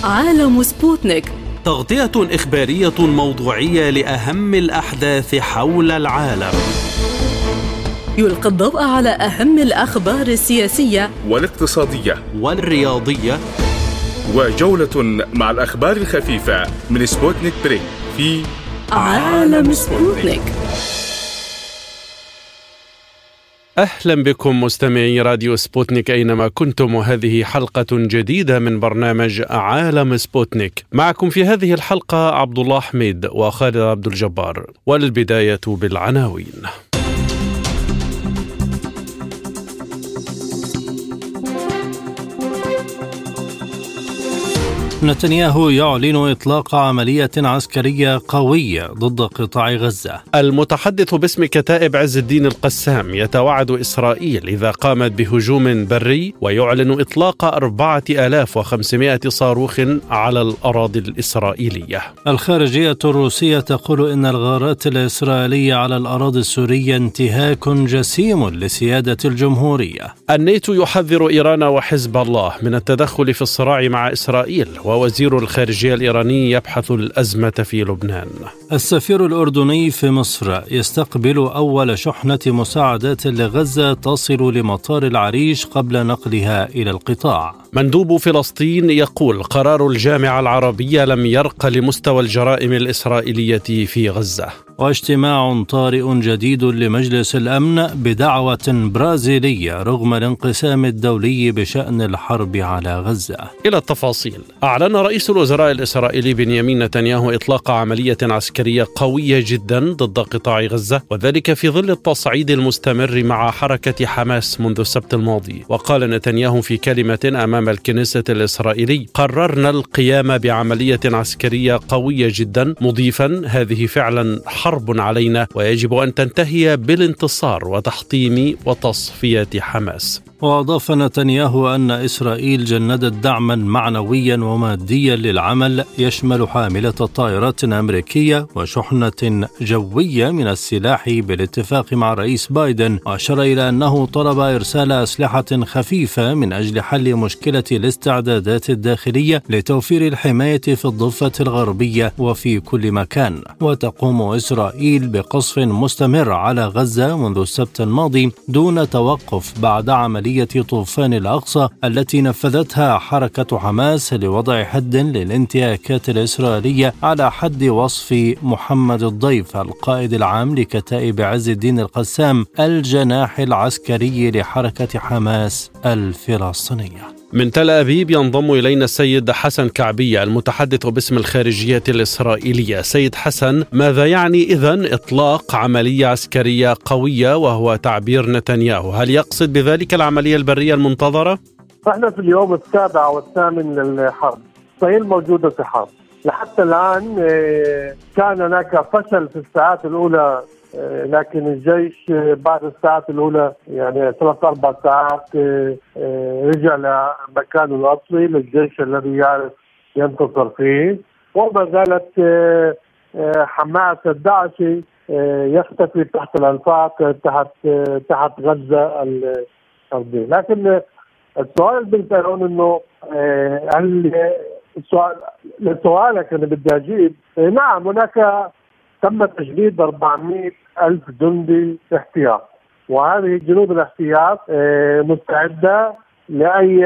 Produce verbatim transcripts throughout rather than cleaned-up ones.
عالم سبوتنيك، تغطية إخبارية موضوعية لأهم الأحداث حول العالم. يلقي الضوء على أهم الأخبار السياسية والاقتصادية والرياضية، وجولة مع الأخبار الخفيفة من سبوتنيك بريك في عالم سبوتنيك. أهلا بكم مستمعي راديو سبوتنيك أينما كنتم، وهذه حلقة جديدة من برنامج عالم سبوتنيك. معكم في هذه الحلقة عبد الله حميد وخالد عبد الجبار، والبداية بالعناوين. نتنياهو يعلن إطلاق عملية عسكرية قوية ضد قطاع غزة. المتحدث باسم كتائب عز الدين القسام يتوعد إسرائيل إذا قامت بهجوم بري، ويعلن إطلاق أربعة آلاف وخمسمائة صاروخ على الأراضي الإسرائيلية. الخارجية الروسية تقول إن الغارات الإسرائيلية على الأراضي السورية انتهاك جسيم لسيادة الجمهورية. الناتو يحذر إيران وحزب الله من التدخل في الصراع مع إسرائيل، ووزير الخارجية الإيراني يبحث الأزمة في لبنان. السفير الأردني في مصر يستقبل أول شحنة مساعدات لغزة تصل لمطار العريش قبل نقلها إلى القطاع. مندوب فلسطين يقول قرار الجامعة العربية لم يرق لمستوى الجرائم الإسرائيلية في غزة. واجتماع طارئ جديد لمجلس الأمن بدعوة برازيلية رغم الانقسام الدولي بشأن الحرب على غزة. إلى التفاصيل. أعلن رئيس الوزراء الإسرائيلي بنيامين نتنياهو إطلاق عملية عسكرية قوية جدا ضد قطاع غزة، وذلك في ظل التصعيد المستمر مع حركة حماس منذ السبت الماضي. وقال نتنياهو في كلمة أمام الكنيسة الإسرائيلي: قررنا القيام بعملية عسكرية قوية جدا، مضيفا هذه فعلا حرب علينا ويجب أن تنتهي بالانتصار وتحطيم وتصفية حماس. وأضاف نتنياهو أن إسرائيل جندت دعما معنويا وماديا للعمل يشمل حاملة الطائرات الأمريكية وشحنة جوية من السلاح بالاتفاق مع رئيس بايدن، وأشار إلى أنه طلب إرسال أسلحة خفيفة من أجل حل مشكلة الاستعدادات الداخلية لتوفير الحماية في الضفة الغربية وفي كل مكان. وتقوم إسرائيل بقصف مستمر على غزة منذ السبت الماضي دون توقف بعد عملية طوفان الأقصى التي نفذتها حركة حماس لوضع حد للانتهاكات الإسرائيلية على حد وصف محمد الضيف القائد العام لكتائب عز الدين القسام الجناح العسكري لحركة حماس الفلسطينية. من تل أبيب ينضم إلينا السيد حسن كعبية المتحدث باسم الخارجية الإسرائيلية. سيد حسن، ماذا يعني إذن إطلاق عملية عسكرية قوية وهو تعبير نتنياهو؟ هل يقصد بذلك العملية البرية المنتظرة؟ نحن في اليوم السابع والثامن للحرب، إسرائيل موجودة في حرب لحتى الآن. كان هناك فشل في الساعات الأولى، لكن الجيش بعد الساعات الأولى يعني ثلاث أربع ساعات رجع لمكانه الأصلي للجيش الذي يعرف ينتصر فيه، وما زالت حماس الداعشي يختفي تحت الأنفاق تحت تحت غزة الأرضية. لكن السؤال بالفعل إنه هل السؤال لسؤالك أنا بدي أجيب، نعم هناك تم تجنيد أربعمائة ألف جندي احتياط، وهذه الجنود الاحتياط مستعدة لأي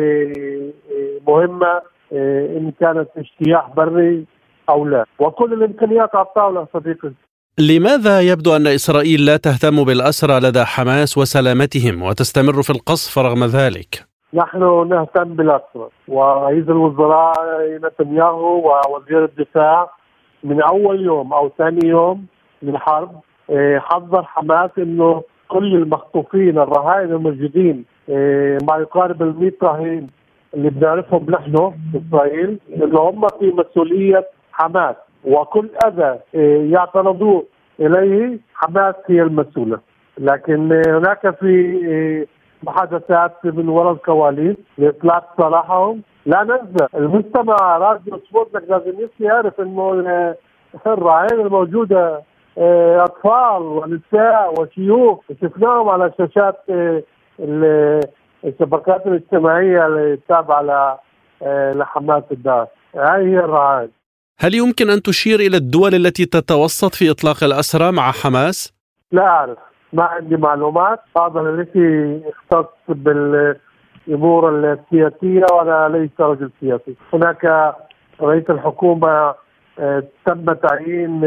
مهمة إن كانت اجتياح بري أو لا، وكل الإمكانيات على الطاولة صديقي. لماذا يبدو أن إسرائيل لا تهتم بالأسرى لدى حماس وسلامتهم وتستمر في القصف رغم ذلك؟ نحن نهتم بالأسرى، ورئيس الوزراء نتنياهو ووزير الدفاع من أول يوم أو ثاني يوم للحرب حذر حماس إنه كل المخطوفين الرهائن الموجودين ما يقارب المئة رهين اللي بنعرفهم نحن في إسرائيل إنه هم في مسؤولية حماس، وكل أذى يعترضوا إليه حماس هي المسؤولة. لكن هناك في محادثات من وراء الكواليس لإطلاق سراحهم. لا ننسى المجتمع راديو سبوتنيك لازم يعرف إنه الرهائن الموجودة أطفال ونساء وشيوخ، شفناهم على شاشات الشبكات الاجتماعية اللي تابعة لحماس الداعش. هاي هي الرعاية. هل يمكن أن تشير إلى الدول التي تتوسط في إطلاق الأسرى مع حماس؟ لا أعرف، ما عندي معلومات. هذا الذي يختص بالأمور السياسية وأنا ليس رجل سياسي. هناك رئيس الحكومة تم تعيين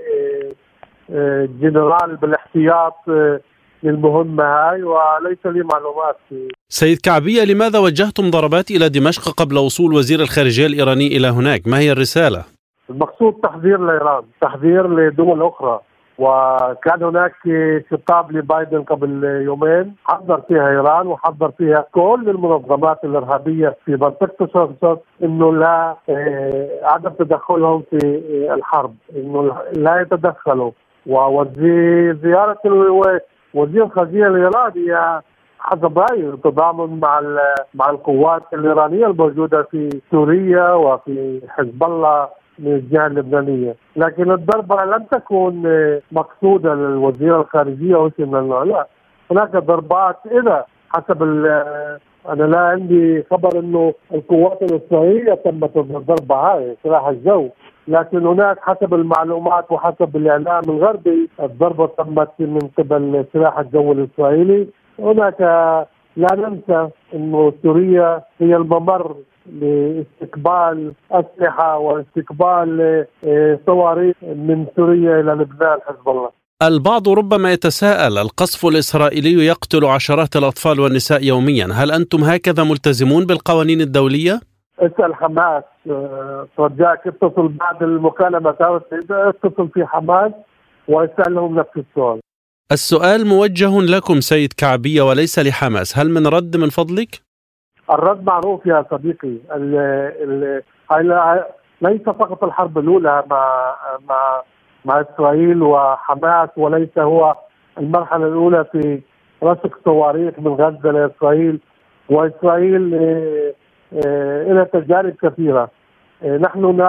جنرال بالاحتياط للمهمة هاي وليس لي معلومات. سيد كعبية، لماذا وجهتم ضربات إلى دمشق قبل وصول وزير الخارجية الإيراني إلى هناك؟ ما هي الرسالة؟ المقصود تحذير لإيران، تحذير لدول أخرى. وكان هناك خطاب لبايدن قبل يومين حذر فيها إيران وحذر فيها كل المنظمات الإرهابية في منطقة الشرق إنه لا عدم تدخلهم في الحرب، إنه لا يتدخلوا. وزيارة وزير الخارجية الإيراني حسب رأيي تضامن مع مع القوات الإيرانية الموجودة في سوريا وفي حزب الله من الجهة اللبنانية. لكن الضربة لم تكن مقصودة للوزير الخارجية وسم الله، لا، هناك ضربات إذا حسب أنا لا عندي خبر إنه القوات الإسرائيلية تمت الضربة هاي سلاح الجو، لكن هناك حسب المعلومات وحسب الإعلام الغربي الضربة تمت من قبل سلاح الجو الإسرائيلي. هناك لا ننسى إنه سوريا هي الممر لاستقبال أسلحة واستقبال صواريخ من سوريا إلى لبنان حزب الله. البعض ربما يتساءل، القصف الإسرائيلي يقتل عشرات الأطفال والنساء يوميا، هل أنتم هكذا ملتزمون بالقوانين الدولية؟ اسأل حماس، رجاك اتصل بعد المكالمة، اتصل في حماس واسألهم نفس السؤال. السؤال موجه لكم سيد كعبية وليس لحماس، هل من رد من فضلك؟ الرد معروف يا صديقي. ال ال ليس فقط الحرب الأولى مع مع مع إسرائيل وحماس، وليس هو المرحلة الأولى في رشق صواريخ من غزة لإسرائيل، وإسرائيل إلى تجارب كثيرة. نحن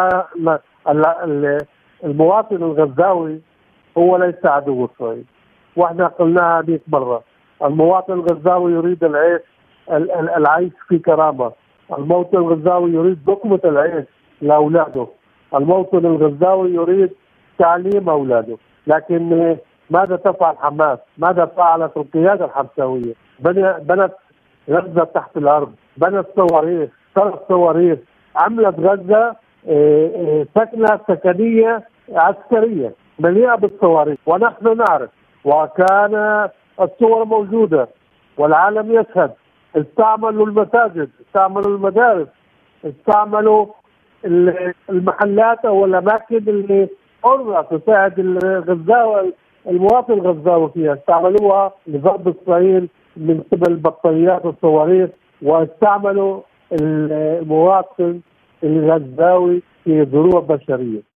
المواطن الغزاوي هو ليس عدو إسرائيل، واحنا قلناها هذه مرة. المواطن الغزاوي يريد العيش العيش في كرامة. المواطن الغزاوي يريد لقمة العيش لأولاده. المواطن الغزاوي يريد تعليم أولاده. لكن ماذا تفعل حماس؟ ماذا فعلت القيادة الحمساوية؟ بنت غزة تحت الأرض، بنت صواريخ، ثلاث صواريخ، عملت غزة سكنة سكنية عسكرية مليئة بالصواريخ، ونحن نعرف وكان الصور موجودة والعالم يشهد. استعملوا المساجد، استعملوا المدارس، استعملوا المحلات أو الأماكن اللي حرة تساعد الغزاوي المواطن الغزاوي فيها، استعملوها لضرب إسرائيل من قبل بطاريات الصواريخ، واستعملوا المواطن الغزاوي في ظروف بشرية.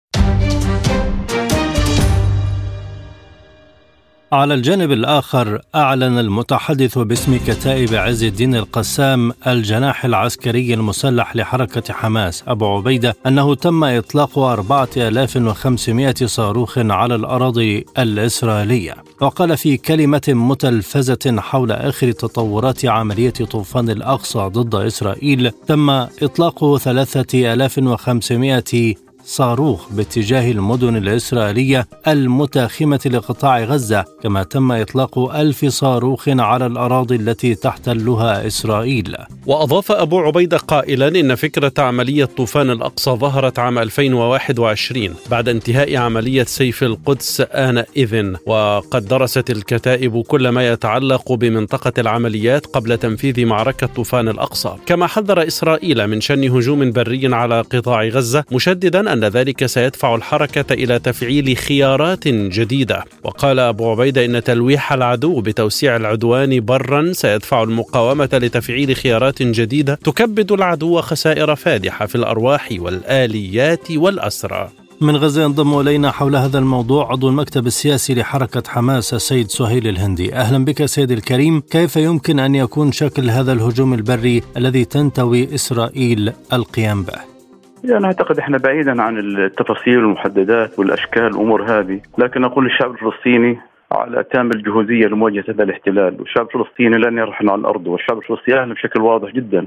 على الجانب الآخر، أعلن المتحدث باسم كتائب عز الدين القسام الجناح العسكري المسلح لحركة حماس أبو عبيدة أنه تم إطلاق أربعة آلاف وخمسمائة صاروخ على الأراضي الإسرائيلية. وقال في كلمة متلفزة حول آخر تطورات عملية طوفان الأقصى ضد إسرائيل، تم إطلاق ثلاثة آلاف وخمسمائة صاروخ باتجاه المدن الإسرائيلية المتاخمة لقطاع غزة، كما تم إطلاق ألف صاروخ على الأراضي التي تحتلها إسرائيل. وأضاف أبو عبيدة قائلا إن فكرة عملية طوفان الأقصى ظهرت عام ألفين وواحد وعشرين بعد انتهاء عملية سيف القدس آنئذ، وقد درست الكتائب كل ما يتعلق بمنطقة العمليات قبل تنفيذ معركة طوفان الأقصى. كما حذر إسرائيل من شن هجوم بري على قطاع غزة، مشددا أن ذلك سيدفع الحركة إلى تفعيل خيارات جديدة. وقال أبو عبيدة إن تلويح العدو بتوسيع العدوان برا سيدفع المقاومة لتفعيل خيارات جديدة تكبد العدو خسائر فادحة في الأرواح والآليات والأسرى. من غزة ينضم إلينا حول هذا الموضوع عضو المكتب السياسي لحركة حماس السيد سهيل الهندي. أهلا بك سيد الكريم. كيف يمكن أن يكون شكل هذا الهجوم البري الذي تنتوي إسرائيل القيام به؟ أنا أعتقد إحنا بعيدا عن التفاصيل والمحددات والأشكال والأمور هذه، لكن أقول للشعب الفلسطيني على تام الجهوزية لمواجهة هذا الاحتلال، والشعب الفلسطيني لن يرحل على الأرض، والشعب الفلسطيني بشكل واضح جدا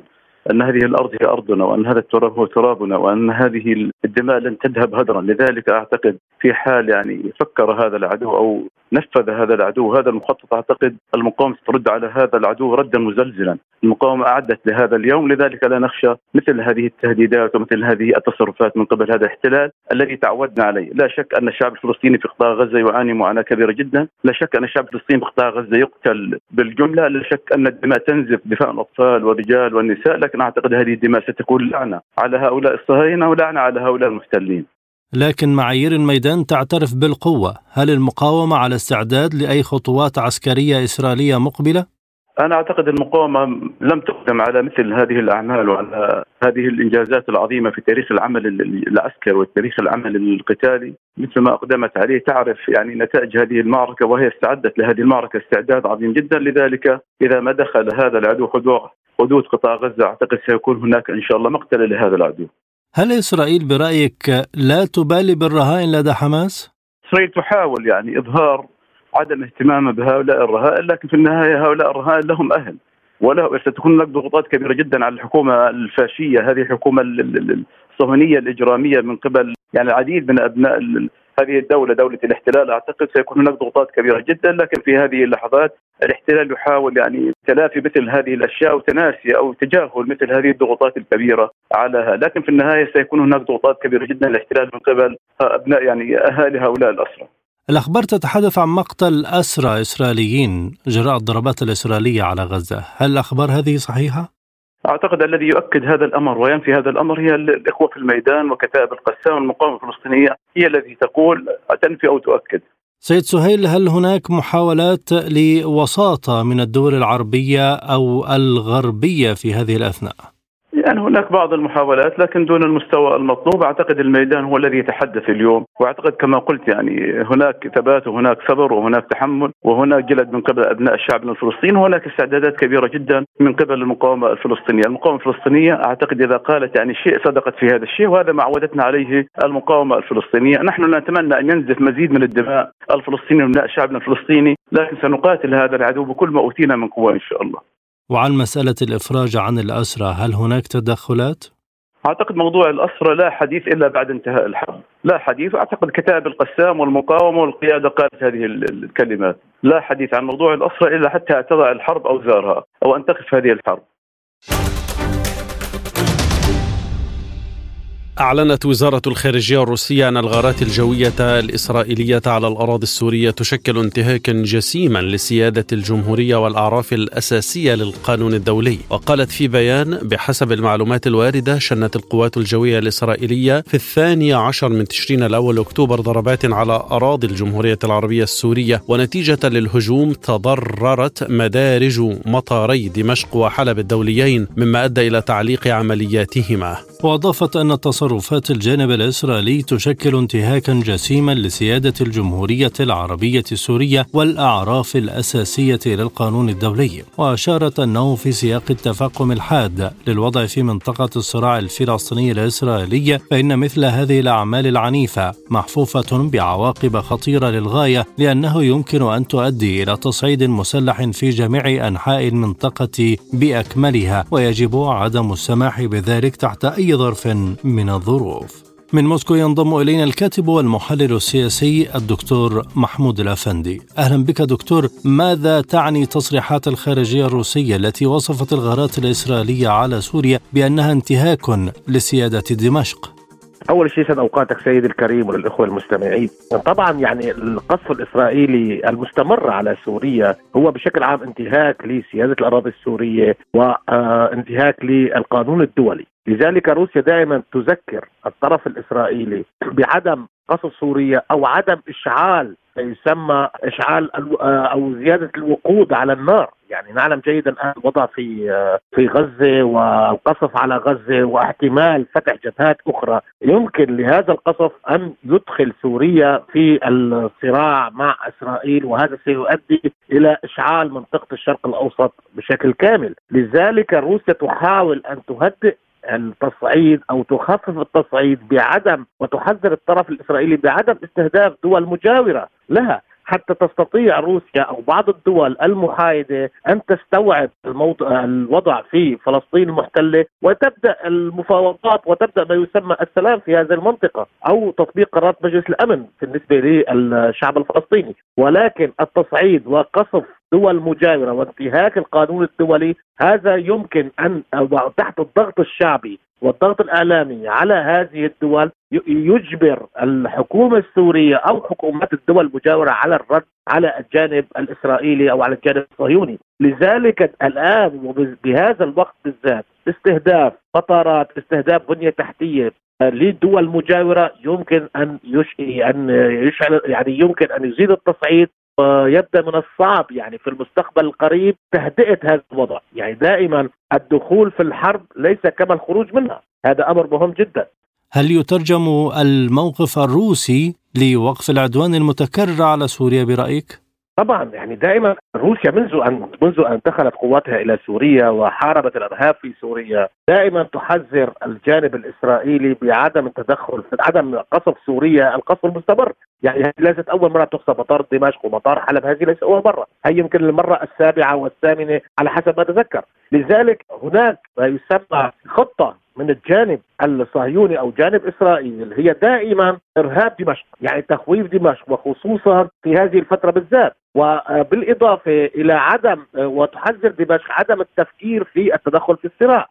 أن هذه الأرض هي أرضنا، وأن هذا التراب هو ترابنا، وأن هذه الدماء لن تذهب هدرا. لذلك أعتقد في حال يعني فكر هذا العدو أو نفذ هذا العدو هذا المخطط، أعتقد المقاومة ترد على هذا العدو ردا مزلزلا. المقاومة أعدت لهذا اليوم، لذلك لا نخشى مثل هذه التهديدات ومثل هذه التصرفات من قبل هذا الاحتلال الذي تعودنا عليه. لا شك أن الشعب الفلسطيني في قطاع غزة يعاني معاناة كبيرة جدا، لا شك أن الشعب الفلسطيني في قطاع غزة يقتل بالجملة، لا شك أن الدماء تنزف دفاع الأطفال والرجال والنساء، لكن أعتقد هذه الدماء ستكون لعنة على هؤلاء الصهاينة ولعنة على هؤلاء المحتلين. لكن معايير الميدان تعترف بالقوة. هل المقاومة على استعداد لأي خطوات عسكرية إسرائيلية مقبلة؟ أنا أعتقد المقاومة لم تقدم على مثل هذه الأعمال وعلى هذه الإنجازات العظيمة في تاريخ العمل العسكري والتاريخ العمل القتالي مثل ما أقدمت عليه. تعرف يعني نتائج هذه المعركة، وهي استعدت لهذه المعركة استعداد عظيم جدا. لذلك إذا ما دخل هذا العدو حدود قطاع غزة، أعتقد سيكون هناك إن شاء الله مقتل لهذا العدو. هل إسرائيل برأيك لا تبالي بالرهائن لدى حماس؟ إسرائيل تحاول يعني إظهار عدم اهتمامها بهؤلاء الرهائن، لكن في النهاية هؤلاء الرهائن لهم أهل، وله ستكون هناك ضغوطات كبيرة جدا على الحكومة الفاشية، هذه الحكومة الصهيونية الإجرامية من قبل يعني العديد من أبناء هذه الدولة، دولة الاحتلال. أعتقد سيكون هناك ضغوطات كبيرة جدا، لكن في هذه اللحظات الاحتلال يحاول يعني تلافي مثل هذه الأشياء وتناسي أو تجاهل مثل هذه الضغوطات الكبيرة عليها، لكن في النهاية سيكون هناك ضغوطات كبيرة جدا للاحتلال من قبل أبناء يعني أهالي هؤلاء الأسرى. الأخبار تتحدث عن مقتل أسرى إسرائيليين جراء الضربات الإسرائيلية على غزة، هل الأخبار هذه صحيحة؟ أعتقد الذي يؤكد هذا الأمر وينفي هذا الأمر هي الإخوة في الميدان وكتائب القسام والمقاومة الفلسطينية، هي التي تقول تنفي أو تؤكد. سيد سهيل، هل هناك محاولات لوساطة من الدول العربية أو الغربية في هذه الأثناء؟ يعني هناك بعض المحاولات لكن دون المستوى المطلوب. أعتقد الميدان هو الذي يتحدث اليوم، وأعتقد كما قلت يعني هناك ثبات وهناك صبر وهناك تحمل وهناك جلد من قبل أبناء الشعب الفلسطيني، وهناك استعدادات كبيرة جدا من قبل المقاومة الفلسطينية. المقاومة الفلسطينية أعتقد إذا قالت يعني شيء صدقت في هذا الشيء، وهذا ما عودتنا عليه المقاومة الفلسطينية. نحن نتمنى أن ينزف مزيد من الدماء الفلسطينية ومن الشعب الفلسطيني، لكن سنقاتل هذا العدو بكل ما أوتينا من قوة إن شاء الله. وعن مسألة الإفراج عن الأسرى، هل هناك تدخلات؟ أعتقد موضوع الأسرى لا حديث إلا بعد انتهاء الحرب، لا حديث. أعتقد كتائب القسام والمقاومة والقيادة قالت هذه الكلمات، لا حديث عن موضوع الأسرى إلا حتى تضع الحرب أوزارها أو أن تقف هذه الحرب. أعلنت وزارة الخارجية الروسية أن الغارات الجوية الإسرائيلية على الأراضي السورية تشكل انتهاكا جسيما لسيادة الجمهورية والأعراف الأساسية للقانون الدولي. وقالت في بيان: بحسب المعلومات الواردة، شنت القوات الجوية الإسرائيلية في الثاني عشر من تشرين الأول أكتوبر ضربات على أراضي الجمهورية العربية السورية، ونتيجة للهجوم تضررت مدارج مطاري دمشق وحلب الدوليين، مما أدى إلى تعليق عملياتهما. وأضافت أن تصرفات الجانب الإسرائيلي تشكل انتهاكا جسيما لسيادة الجمهورية العربية السورية والأعراف الأساسية للقانون الدولي. وأشارت أنه في سياق التفاقم الحاد للوضع في منطقة الصراع الفلسطيني الإسرائيلي، فإن مثل هذه الأعمال العنيفة محفوفة بعواقب خطيرة للغاية، لأنه يمكن أن تؤدي إلى تصعيد مسلح في جميع أنحاء المنطقة بأكملها، ويجب عدم السماح بذلك تحت أي ظرف من الظروف. من موسكو ينضم إلينا الكاتب والمحلل السياسي الدكتور محمود الأفندي. أهلا بك دكتور. ماذا تعني تصريحات الخارجية الروسية التي وصفت الغارات الإسرائيلية على سوريا بأنها انتهاك لسيادة دمشق؟ أول شيء سيد أوقاتك سيد الكريم وللإخوة المستمعين. طبعا يعني القصف الإسرائيلي المستمر على سوريا هو بشكل عام انتهاك لسيادة الأراضي السورية وانتهاك للقانون الدولي. لذلك روسيا دائما تذكر الطرف الإسرائيلي بعدم قصف سوريا أو عدم إشعال يسمى إشعال أو زيادة الوقود على النار. يعني نعلم جيدا الآن الوضع في في غزة والقصف على غزة واحتمال فتح جبهات أخرى، يمكن لهذا القصف أن يدخل سوريا في الصراع مع إسرائيل، وهذا سيؤدي إلى إشعال منطقة الشرق الأوسط بشكل كامل. لذلك روسيا تحاول أن تهدئ التصعيد أو تخفف التصعيد بعدم، وتحذر الطرف الإسرائيلي بعدم استهداف دول مجاورة لها. حتى تستطيع روسيا أو بعض الدول المحايدة أن تستوعب الموضوع الوضع في فلسطين المحتلة وتبدأ المفاوضات وتبدأ ما يسمى السلام في هذه المنطقة أو تطبيق قرارات مجلس الأمن بالنسبة للشعب الفلسطيني. ولكن التصعيد وقصف دول مجاورة وانتهاك القانون الدولي هذا يمكن أن تحت الضغط الشعبي والضغط الإعلامي على هذه الدول يجبر الحكومة السورية أو حكومات الدول المجاورة على الرد على الجانب الإسرائيلي أو على الجانب الصهيوني. لذلك الآن وبهذا الوقت بالذات استهداف مطارات، استهداف بنية تحتية للدول المجاورة يمكن أن يشعل أن يشعل يعني يمكن أن يزيد التصعيد، ويبدأ من الصعب يعني في المستقبل القريب تهدئة هذا الوضع. يعني دائما الدخول في الحرب ليس كما الخروج منها، هذا أمر مهم جدا. هل يترجم الموقف الروسي لوقف العدوان المتكرر على سوريا برأيك؟ طبعا يعني دائما روسيا منذ ان منذ ان دخلت قواتها الى سوريا وحاربت الارهاب في سوريا دائما تحذر الجانب الاسرائيلي بعدم التدخل في عدم قصف سوريا القصف المستمر. يعني هذه ليست اول مره تقصف مطار دمشق ومطار حلب، هذه ليست اول مره، هي يمكن المره السابعه والثامنه على حسب ما اتذكر. لذلك هناك ما يسمى خطه من الجانب الصهيوني أو جانب إسرائيل هي دائما إرهاب دمشق، يعني تخويف دمشق وخصوصا في هذه الفترة بالذات، وبالإضافة إلى عدم وتحذر دمشق عدم التفكير في التدخل في الصراع.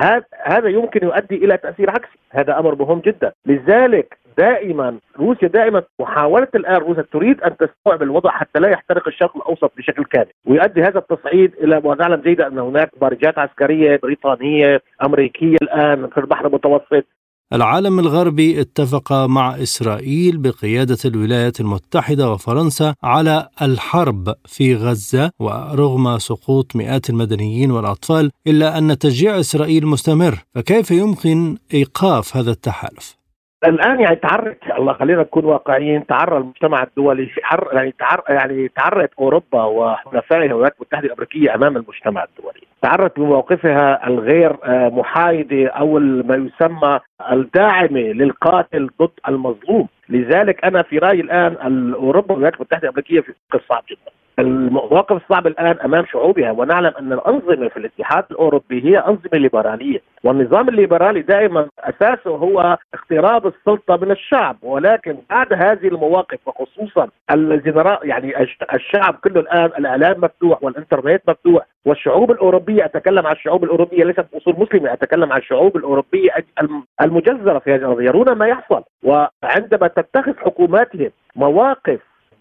هذا يمكن يؤدي إلى تأثير عكسي، هذا أمر مهم جدا. لذلك دائما روسيا دائما محاولة الآن روسيا تريد أن تستوعب الوضع حتى لا يحترق الشرق الأوسط بشكل كامل، ويؤدي هذا التصعيد إلى، ونعلم جيدا أن هناك بارجات عسكرية بريطانية أمريكية الآن في البحر المتوسط. العالم الغربي اتفق مع إسرائيل بقيادة الولايات المتحدة وفرنسا على الحرب في غزة ورغم سقوط مئات المدنيين والأطفال، إلا أن تشجيع إسرائيل مستمر، فكيف يمكن إيقاف هذا التحالف؟ الآن يعني تعرض الله خلينا نكون واقعيين، تعرض المجتمع الدولي يعني تعرض يعني تعرضت أوروبا وحلفائها الولايات المتحدة الأمريكية أمام المجتمع الدولي، تعرضت بموقفها الغير محايدة أو ما يسمى الداعمة للقاتل ضد المظلوم. لذلك أنا في رأيي الآن أوروبا والولايات المتحدة الأمريكية في موقف صعب جدا. المواقف الصعب الآن أمام شعوبها، ونعلم أن الأنظمة في الاتحاد الأوروبي هي أنظمة ليبرالية، والنظام الليبرالي دائما أساسه هو اقتراب السلطة من الشعب. ولكن بعد هذه المواقف وخصوصا الجنرال يعني الشعب كله الآن الإعلام مفتوح والإنترنت مفتوح، والشعوب الأوروبية، أتكلم عن الشعوب الأوروبية ليست أصول مسلمة، أتكلم عن الشعوب الأوروبية المجزرة في هذه القضية، يرون ما يحصل. وعندما تتخذ حكوماتهم مواقف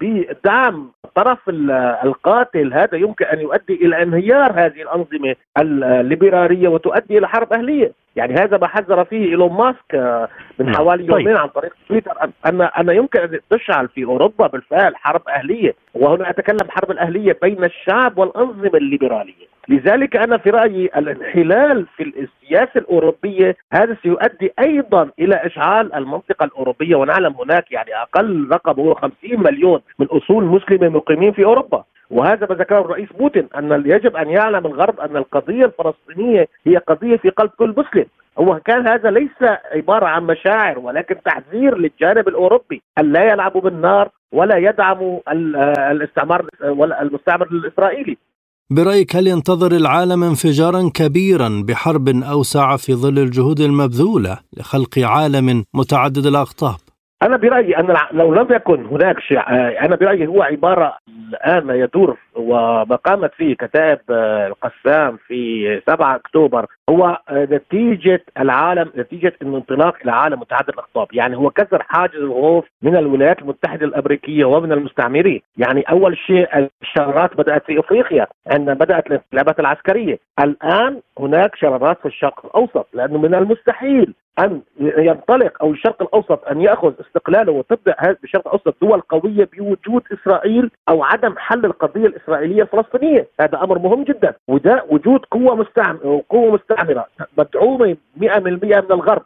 بدعم الطرف القاتل هذا يمكن أن يؤدي إلى انهيار هذه الأنظمة الليبرالية وتؤدي إلى حرب أهلية. يعني هذا ما حذر فيه إيلون ماسك من حوالي يومين طيب. عن طريق تويتر أن أن يمكن أن تشعل في أوروبا بالفعل حرب أهلية، وهنا أتكلم حرب الأهلية بين الشعب والأنظمة الليبرالية. لذلك أنا في رأيي الانحلال في السياسة الأوروبية هذا سيؤدي أيضا إلى إشعال المنطقة الأوروبية، ونعلم هناك يعني أقل رقم هو خمسين مليون من أصول مسلمة مقيمين في أوروبا، وهذا ما ذكره الرئيس بوتين أن يجب أن يعلم الغرب أن القضية الفلسطينية هي قضية في قلب كل مسلم. هو كان هذا ليس عبارة عن مشاعر ولكن تحذير للجانب الأوروبي أن لا يلعبوا بالنار ولا يدعموا الاستعمار ولا المستعمر الإسرائيلي. برأيك هل ينتظر العالم انفجارا كبيرا بحرب أوسع في ظل الجهود المبذولة لخلق عالم متعدد الأقطاب؟ أنا برأيي أن لو لم يكن هناك شيء، أنا برأيي هو عبارة الآن ما يدور وما قامت فيه كتائب القسام في سبعة أكتوبر هو نتيجة العالم، نتيجة أن انطلاق إلى عالم متعدد الأقطاب. يعني هو كسر حاجز الخوف من الولايات المتحدة الأمريكية ومن المستعمرين. يعني أول شيء الشرارات بدأت في أفريقيا عندما بدأت الانقلابات العسكرية، الآن هناك شرارات في الشرق الأوسط، لأنه من المستحيل أن ينطلق أو الشرق الأوسط أن يأخذ استقلاله وتبدأ هذا الشرق الأوسط دول قوية بوجود إسرائيل أو عدم حل القضية الإسرائيلية الفلسطينية. هذا أمر مهم جدا، وده وجود قوة مستعمرة قوة مستعمرة مدعومة مئة بالمئة من الغرب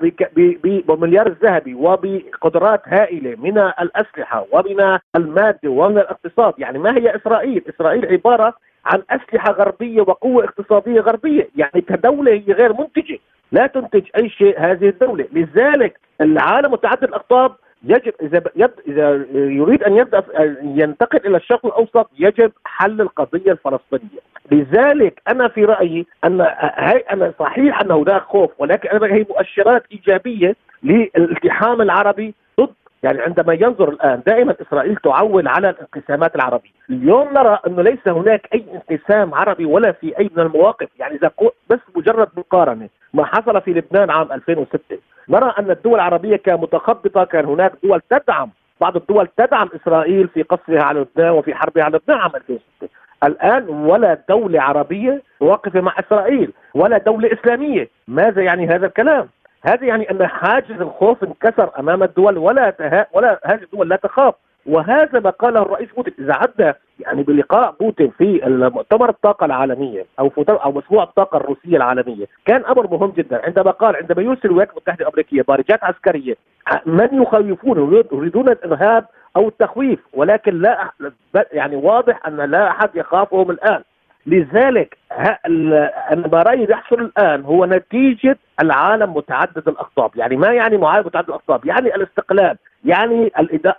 وبمليار الذهبي وبقدرات هائلة من الأسلحة ومن المادة ومن الاقتصاد. يعني ما هي إسرائيل؟ إسرائيل عبارة عن أسلحة غربية وقوة اقتصادية غربية، يعني كدولة هي غير منتجة، لا تنتج أي شيء هذه الدولة. لذلك العالم متعدد الأقطاب يجب إذا يب... إذا يريد أن يبدأ ينتقل إلى الشرق الأوسط يجب حل القضية الفلسطينية. لذلك أنا في رأيي أن هي أنا صحيح أن هناك خوف، ولكن أنا هي مؤشرات إيجابية للالتحام العربي ضد، يعني عندما ينظر الآن دائما إسرائيل تعول على الانقسامات العربية. اليوم نرى أنه ليس هناك أي انقسام عربي ولا في أي من المواقف، يعني إذا بس مجرد مقارنة ما حصل في لبنان عام ألفين وستة، نرى أن الدول العربية كانت متخبطة، كان هناك دول تدعم، بعض الدول تدعم إسرائيل في قصفها على لبنان وفي حربها على لبنان عام ألفين وستة. الآن ولا دولة عربية واقفة مع إسرائيل ولا دولة إسلامية. ماذا يعني هذا الكلام؟ هذا يعني أن حاجز الخوف انكسر أمام الدول، ولا تها ولا هذه الدول لا تخاف. وهذا ما قاله الرئيس بوتين إذا عدى يعني بلقاء بوتين في المؤتمر الطاقة العالمية أو أو مشروع الطاقة الروسية العالمية، كان أمر مهم جدا عندما قال عندما يرسل الولايات المتحدة الأمريكية بارجات عسكرية من يخوفون يريدون الإرهاب أو التخويف، ولكن لا يعني واضح أن لا أحد يخافهم الآن. لذلك أنا ما رأيي يحصل الآن هو نتيجة العالم متعدد الأقطاب. يعني ما يعني معالم متعدد الأقطاب؟ يعني الاستقلال، يعني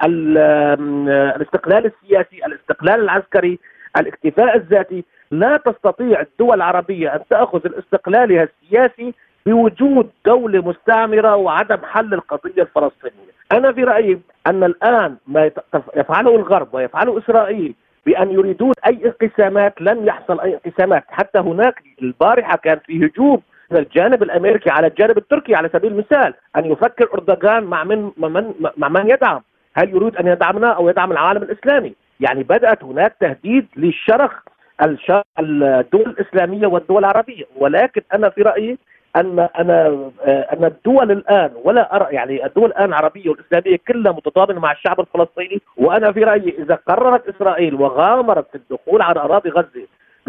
الاستقلال السياسي، الاستقلال العسكري، الاكتفاء الذاتي. لا تستطيع الدول العربية أن تأخذ الاستقلالها السياسي بوجود دولة مستعمرة وعدم حل القضية الفلسطينية. أنا في رأيي أن الآن ما يفعله الغرب ويفعله إسرائيل بأن يريدون أي انقسامات، لن يحصل أي انقسامات. حتى هناك البارحة كان في هجوم من الجانب الأمريكي على الجانب التركي على سبيل المثال، أن يفكر أردوغان مع من من مع من يدعم، هل يريد أن يدعمنا أو يدعم العالم الإسلامي؟ يعني بدأت هناك تهديد للشرخ الدول الإسلامية والدول العربية. ولكن أنا في رأيي أن أنا أن الدول الآن ولا أرى يعني الدول الآن العربية والإسلامية كلها متضامنة مع الشعب الفلسطيني. وأنا في رأيي إذا قررت إسرائيل وغامرت في الدخول على أراضي غزة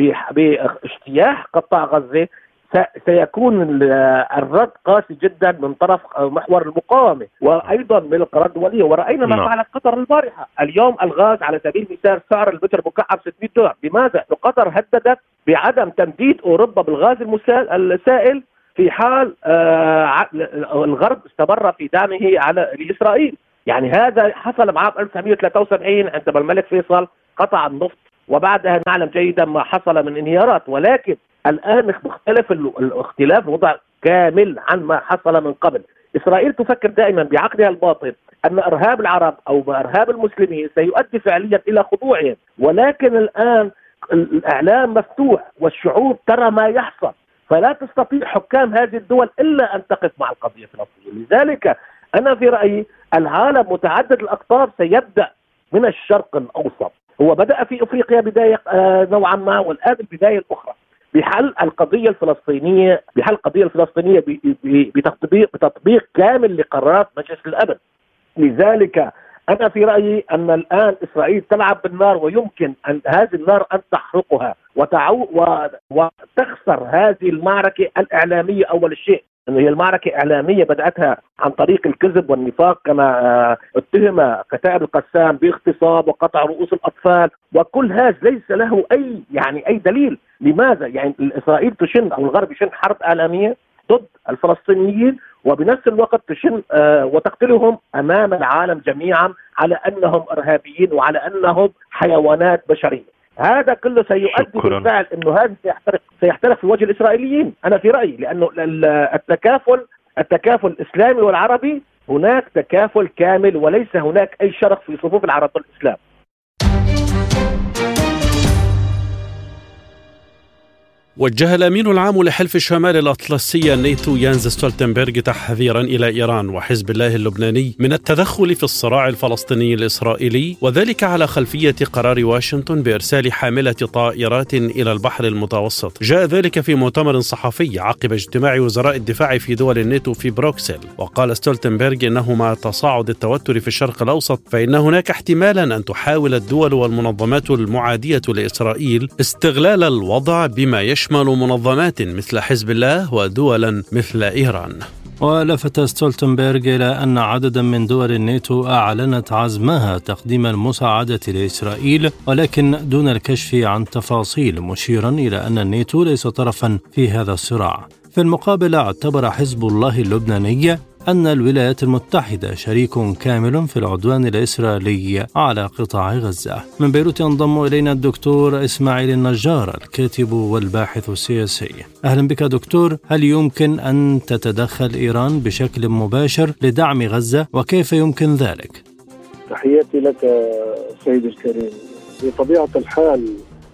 باجتياح قطاع غزة، سيكون الرد قاسي جدا من طرف محور المقاومة وأيضا من القرارات الدولية. ورأينا ما فعلت قطر البارحة. اليوم الغاز على سبيل المثال سعر المتر مكعب ستمائة دولار. لماذا؟ قطر هددت بعدم تمديد أوروبا بالغاز السائل في حال آه الغرب استمر في دعمه على لإسرائيل. يعني هذا حصل عام ألف وتسعمائة وثلاثة وسبعين عندما الملك فيصل قطع النفط، وبعدها نعلم جيدا ما حصل من انهيارات. ولكن الآن مختلف الاختلاف وضع كامل عن ما حصل من قبل. إسرائيل تفكر دائما بعقلها الباطن أن إرهاب العرب أو إرهاب المسلمين سيؤدي فعليا إلى خضوعهم، ولكن الآن الإعلام مفتوح والشعوب ترى ما يحصل، فلا تستطيع حكام هذه الدول إلا أن تقف مع القضية الفلسطينية. لذلك أنا في رأيي العالم متعدد الأقطاب سيبدأ من الشرق الأوسط. هو بدأ في أفريقيا بداية نوعا ما، والآن البداية الأخرى بحل القضية الفلسطينية بحل القضية الفلسطينية بتطبيق بتطبيق كامل لقرارات مجلس الأمن. لذلك أنا في رأيي أن الآن إسرائيل تلعب بالنار، ويمكن أن هذه النار أن تحرقها وتعو وتخسر هذه المعركة الإعلامية. أول شيء أنه هي المعركة إعلامية بدأتها عن طريق الكذب والنفاق، كما اتهم كتائب القسام باغتصاب وقطع رؤوس الأطفال، وكل هذا ليس له أي يعني أي دليل. لماذا؟ يعني إسرائيل تشن أو الغرب يشن حرب إعلامية ضد الفلسطينيين، وبنفس الوقت تشن آه وتقتلهم أمام العالم جميعا على أنهم إرهابيين وعلى أنهم حيوانات بشرية. هذا كله سيؤدي بالفعل أنه هذا سيحترق سيحترق في وجه الإسرائيليين. أنا في رأيي لأنه التكافل التكافل الإسلامي والعربي هناك تكافل كامل، وليس هناك أي شرخ في صفوف العرب والإسلام. وجه الأمين العام لحلف الشمال الأطلسي الناتو يانز ستولتنبرغ تحذيرا إلى إيران وحزب الله اللبناني من التدخل في الصراع الفلسطيني الإسرائيلي، وذلك على خلفية قرار واشنطن بإرسال حاملة طائرات إلى البحر المتوسط. جاء ذلك في مؤتمر صحفي عقب اجتماع وزراء الدفاع في دول الناتو في بروكسل. وقال ستولتنبرغ إنه مع تصاعد التوتر في الشرق الأوسط فإن هناك احتمالا أن تحاول الدول والمنظمات المعادية لإسرائيل استغلال الوضع بما يشمل يشمل منظمات مثل حزب الله ودولا مثل إيران. ولفت ستولتنبرغ إلى أن عددا من دول الناتو أعلنت عزمها تقديم المساعدة لإسرائيل، ولكن دون الكشف عن تفاصيل، مشيرا إلى أن الناتو ليس طرفا في هذا الصراع. في المقابل اعتبر حزب الله اللبناني أن الولايات المتحدة شريك كامل في العدوان الإسرائيلي على قطاع غزة. من بيروت ينضم إلينا الدكتور إسماعيل النجار، الكاتب والباحث السياسي. أهلا بك دكتور. هل يمكن أن تتدخل إيران بشكل مباشر لدعم غزة، وكيف يمكن ذلك؟ تحياتي لك سيد الكريم. بطبيعة الحال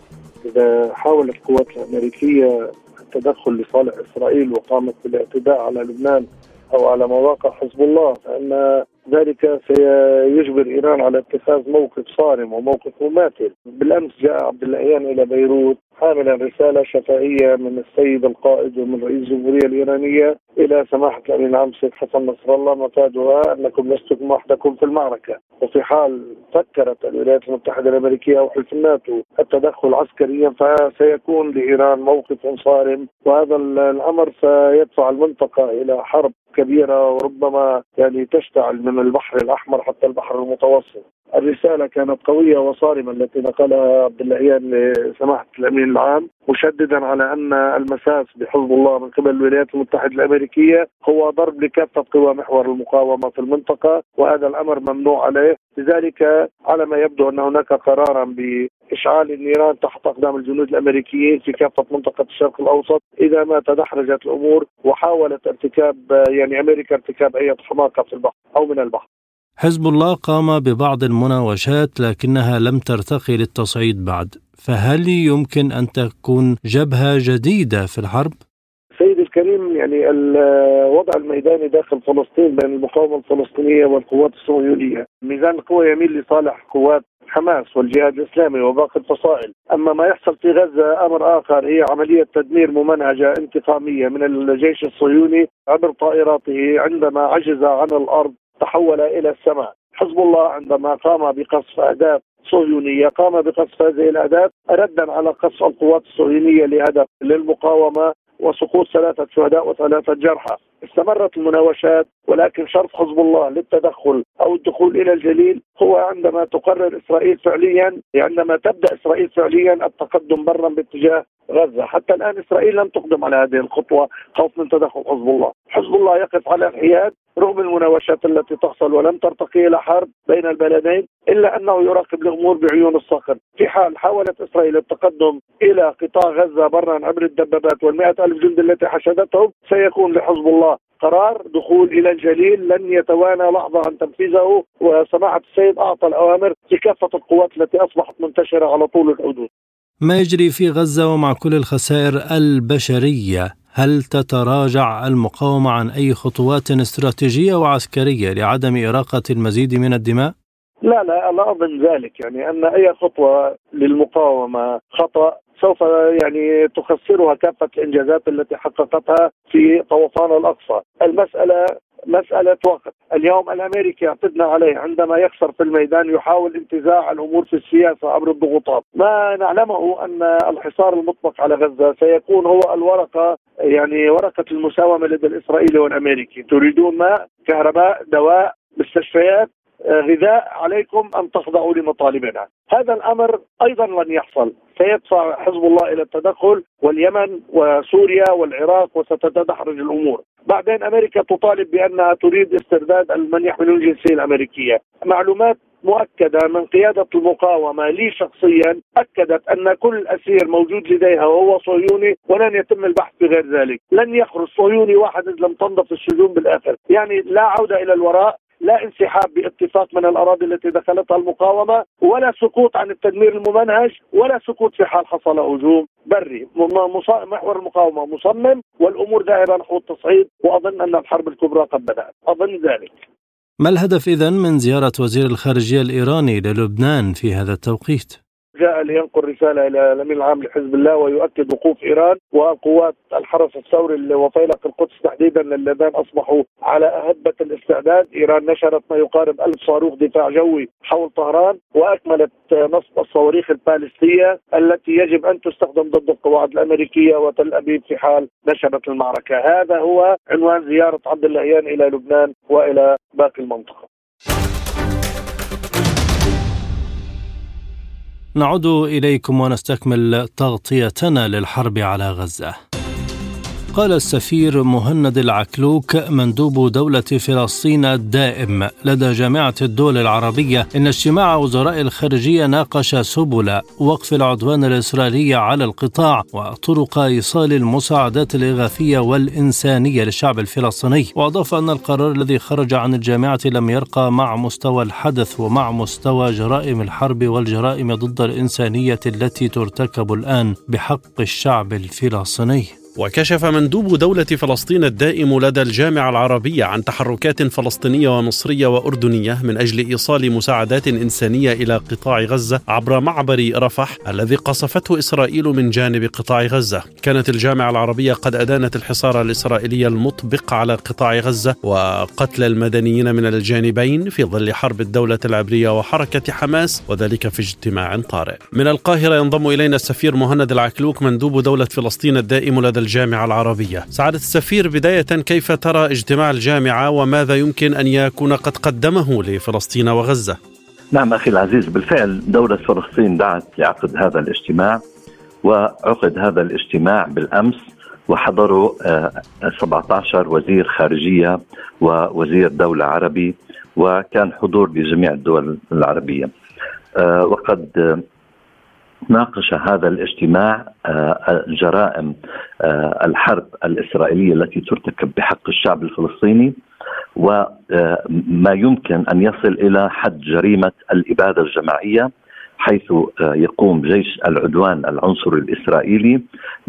إذا حاولت القوات الأمريكية التدخل لصالح إسرائيل وقامت بالاعتداء على لبنان أو على مواقع حزب الله، فإن ذلك سيجبر إيران على اتخاذ موقف صارم وموقف مماثل. بالأمس جاء عبد اللهيان إلى بيروت حاملا رسالة شفهية من السيد القائد ومن رئيس الجمهورية الإيرانية إلى سماحة الأمين العام السيد حسن نصر الله، مفادها أنكم لستم وحدكم في المعركة. وفي حال فكرت الولايات المتحدة الأمريكية أو حلف الناتو التدخل عسكريا فسيكون لإيران موقف صارم، وهذا الأمر سيدفع المنطقة إلى حرب كبيرة وربما يعني تشتعل من البحر الأحمر حتى البحر المتوسط. الرسالة كانت قوية وصارمة التي نقلها عبد اللهيان لسماحة الأمين العام، مشددا على أن المساس بحزب الله من قبل الولايات المتحدة الأمريكية هو ضرب لكافة قوى محور المقاومة في المنطقة، وهذا الأمر ممنوع عليه. لذلك على ما يبدو أن هناك قرارا بإشعال النيران تحت أقدام الجنود الأمريكيين في كافة منطقة الشرق الأوسط إذا ما تدحرجت الأمور وحاولت ارتكاب يعني أمريكا ارتكاب أي حماقة في البحر أو من البحر. حزب الله قام ببعض المناوشات لكنها لم ترتقي للتصعيد بعد، فهل يمكن أن تكون جبهة جديدة في الحرب؟ سيد الكريم، يعني الوضع الميداني داخل فلسطين بين المقاومة الفلسطينية والقوات الصهيونية، ميزان القوى يميل لصالح قوات حماس والجهاد الإسلامي وباقي الفصائل. أما ما يحصل في غزة أمر آخر، هي عملية تدمير ممنهجة انتقامية من الجيش الصهيوني عبر طائراته. عندما عجز عن الأرض تحول إلى السماء. حزب الله عندما قام بقصف أهداف صهيونية قام بقصف هذه الأهداف ردا على قصف القوات الصهيونية لهدف للمقاومة وسقوط ثلاثة شهداء وثلاثة جرحى. استمرت المناوشات، ولكن شرط حزب الله للتدخل أو الدخول إلى الجليل هو عندما تقرر إسرائيل فعليا، عندما تبدأ إسرائيل فعليا التقدم برا باتجاه غزة. حتى الآن إسرائيل لم تقدم على هذه الخطوة خوف من تدخل حزب الله. حزب الله يقف على الحياد رغم المناوشات التي تحصل ولم ترتقي إلى حرب بين البلدين، إلا أنه يراقب الأمور بعيون الصقر. في حال حاولت إسرائيل التقدم إلى قطاع غزة برا عبر الدبابات والمئة ألف جندي التي حشدتهم، سيكون لحزب الله قرار دخول إلى الجليل لن يتوانى لحظة عن تنفيذه، وسماحة السيد أعطى الأوامر لكافة القوات التي أصبحت منتشرة على طول الحدود. ما يجري في غزة ومع كل الخسائر البشرية، هل تتراجع المقاومة عن أي خطوات استراتيجية وعسكرية لعدم إراقة المزيد من الدماء؟ لا لا لا أظن ذلك، يعني أن أي خطوة للمقاومة خطأ سوف يعني تخسرها كافة الإنجازات التي حققتها في طوفان الأقصى. المسألة مسألة وقت. اليوم الأمريكي يعتدنا عليه عندما يخسر في الميدان يحاول انتزاع الأمور في السياسة عبر الضغوطات. ما نعلمه أن الحصار المطلق على غزة سيكون هو الورقة، يعني ورقة المساومة لدى الإسرائيلي والأمريكي. تريدون ماء، كهرباء، دواء، مستشفيات، غذاء، عليكم أن تخضعوا لمطالبنا. هذا الأمر أيضا لن يحصل، سيدفع حزب الله إلى التدخل واليمن وسوريا والعراق وستتدحرج الأمور. بعدين أمريكا تطالب بأنها تريد استرداد من يحملون الجنسية الأمريكية. معلومات مؤكدة من قيادة المقاومة لي شخصيا أكدت أن كل أسير موجود لديها وهو صهيوني ولن يتم البحث في غير ذلك. لن يخرج صهيوني واحد إذ لم تنضف السجون بالآخر. يعني لا عودة إلى الوراء، لا انسحاب باتفاق من الأراضي التي دخلتها المقاومة، ولا سقوط عن التدمير الممنهج، ولا سقوط في حال حصل هجوم بري. محور المقاومة مصمم والأمور ذاهبة نحو التصعيد، وأظن أن الحرب الكبرى قد بدأت، أظن ذلك. ما الهدف إذن من زيارة وزير الخارجية الإيراني للبنان في هذا التوقيت؟ جاء لينقل رسالة إلى الأمين العام لحزب الله ويؤكد وقوف إيران وقوات الحرس الثوري وفيلق القدس تحديدا اللذان أصبحوا على أهبة الاستعداد. إيران نشرت ما يقارب ألف صاروخ دفاع جوي حول طهران، وأكملت نصب الصواريخ البالستية التي يجب أن تستخدم ضد القواعد الأمريكية وتل أبيب في حال نشبت المعركة. هذا هو عنوان زيارة عبد اللهيان إلى لبنان وإلى باقي المنطقة. نعود إليكم ونستكمل تغطيتنا للحرب على غزة. قال السفير مهند العكلوك مندوب دولة فلسطين الدائم لدى جامعة الدول العربية إن اجتماع وزراء الخارجية ناقش سبل وقف العدوان الإسرائيلي على القطاع وطرق إيصال المساعدات الإغاثية والإنسانية للشعب الفلسطيني. وأضاف أن القرار الذي خرج عن الجامعة لم يرقى مع مستوى الحدث ومع مستوى جرائم الحرب والجرائم ضد الإنسانية التي ترتكب الآن بحق الشعب الفلسطيني. وكشف مندوب دولة فلسطين الدائم لدى الجامعة العربية عن تحركات فلسطينية ومصرية وأردنية من أجل إيصال مساعدات إنسانية إلى قطاع غزة عبر معبر رفح الذي قصفته إسرائيل من جانب قطاع غزة. كانت الجامعة العربية قد أدانت الحصار الإسرائيلي المطبق على قطاع غزة وقتل المدنيين من الجانبين في ظل حرب الدولة العبرية وحركة حماس، وذلك في اجتماع طارئ. من القاهرة ينضم إلينا السفير مهند العكلوك مندوب دولة فلسطين الدائم لدى الجامعة العربية. سعادة السفير، بداية كيف ترى اجتماع الجامعة وماذا يمكن أن يكون قد قدمه لفلسطين وغزة؟ نعم أخي العزيز، بالفعل دولة فلسطين دعت لعقد هذا الاجتماع، وعقد هذا الاجتماع بالأمس وحضروا سبعة عشر وزير خارجية ووزير دولة عربي، وكان حضور لجميع الدول العربية. وقد ناقش هذا الاجتماع جرائم الحرب الإسرائيلية التي ترتكب بحق الشعب الفلسطيني، وما يمكن أن يصل إلى حد جريمة الإبادة الجماعية، حيث يقوم جيش العدوان العنصري الإسرائيلي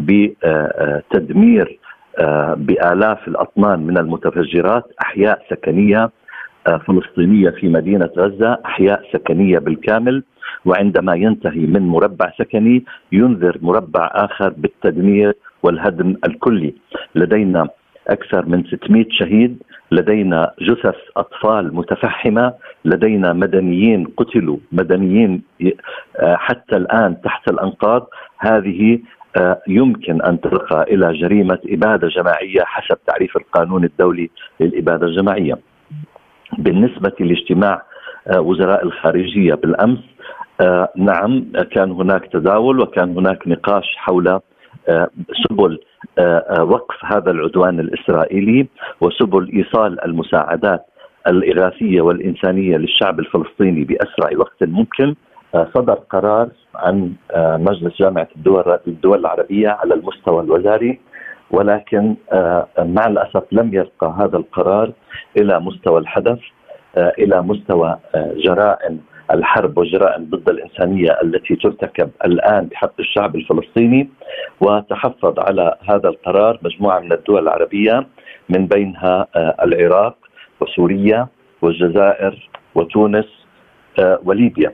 بتدمير بآلاف الأطنان من المتفجرات أحياء سكنية فلسطينية في مدينة غزة، أحياء سكنية بالكامل، وعندما ينتهي من مربع سكني ينذر مربع آخر بالتدمير والهدم الكلي. لدينا أكثر من ستمائة شهيد، لدينا جثث أطفال متفحمة، لدينا مدنيين قتلوا، مدنيين حتى الآن تحت الأنقاض. هذه يمكن أن ترقى إلى جريمة إبادة جماعية حسب تعريف القانون الدولي للإبادة الجماعية. بالنسبة لاجتماع وزراء الخارجية بالأمس، آه نعم كان هناك تداول وكان هناك نقاش حول آه سبل آه وقف هذا العدوان الإسرائيلي وسبل إيصال المساعدات الإغاثية والإنسانية للشعب الفلسطيني بأسرع وقت ممكن. آه صدر قرار عن آه مجلس جامعة الدول, الدول العربية على المستوى الوزاري، ولكن آه مع الأسف لم يرقى هذا القرار إلى مستوى الحدث، آه إلى مستوى آه جرائم الحرب والجرائم ضد الإنسانية التي ترتكب الآن بحق الشعب الفلسطيني. وتحفظ على هذا القرار مجموعة من الدول العربية، من بينها العراق وسوريا والجزائر وتونس وليبيا.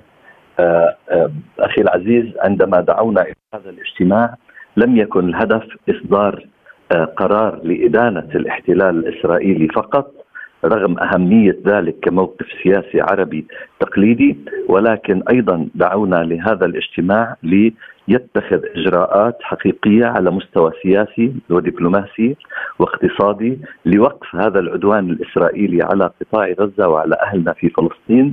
أخي العزيز، عندما دعونا إلى هذا الاجتماع لم يكن الهدف إصدار قرار لإدانة الاحتلال الإسرائيلي فقط، رغم أهمية ذلك كموقف سياسي عربي تقليدي، ولكن أيضا دعونا لهذا الاجتماع ليتخذ إجراءات حقيقية على مستوى سياسي ودبلوماسي واقتصادي لوقف هذا العدوان الإسرائيلي على قطاع غزة وعلى أهلنا في فلسطين،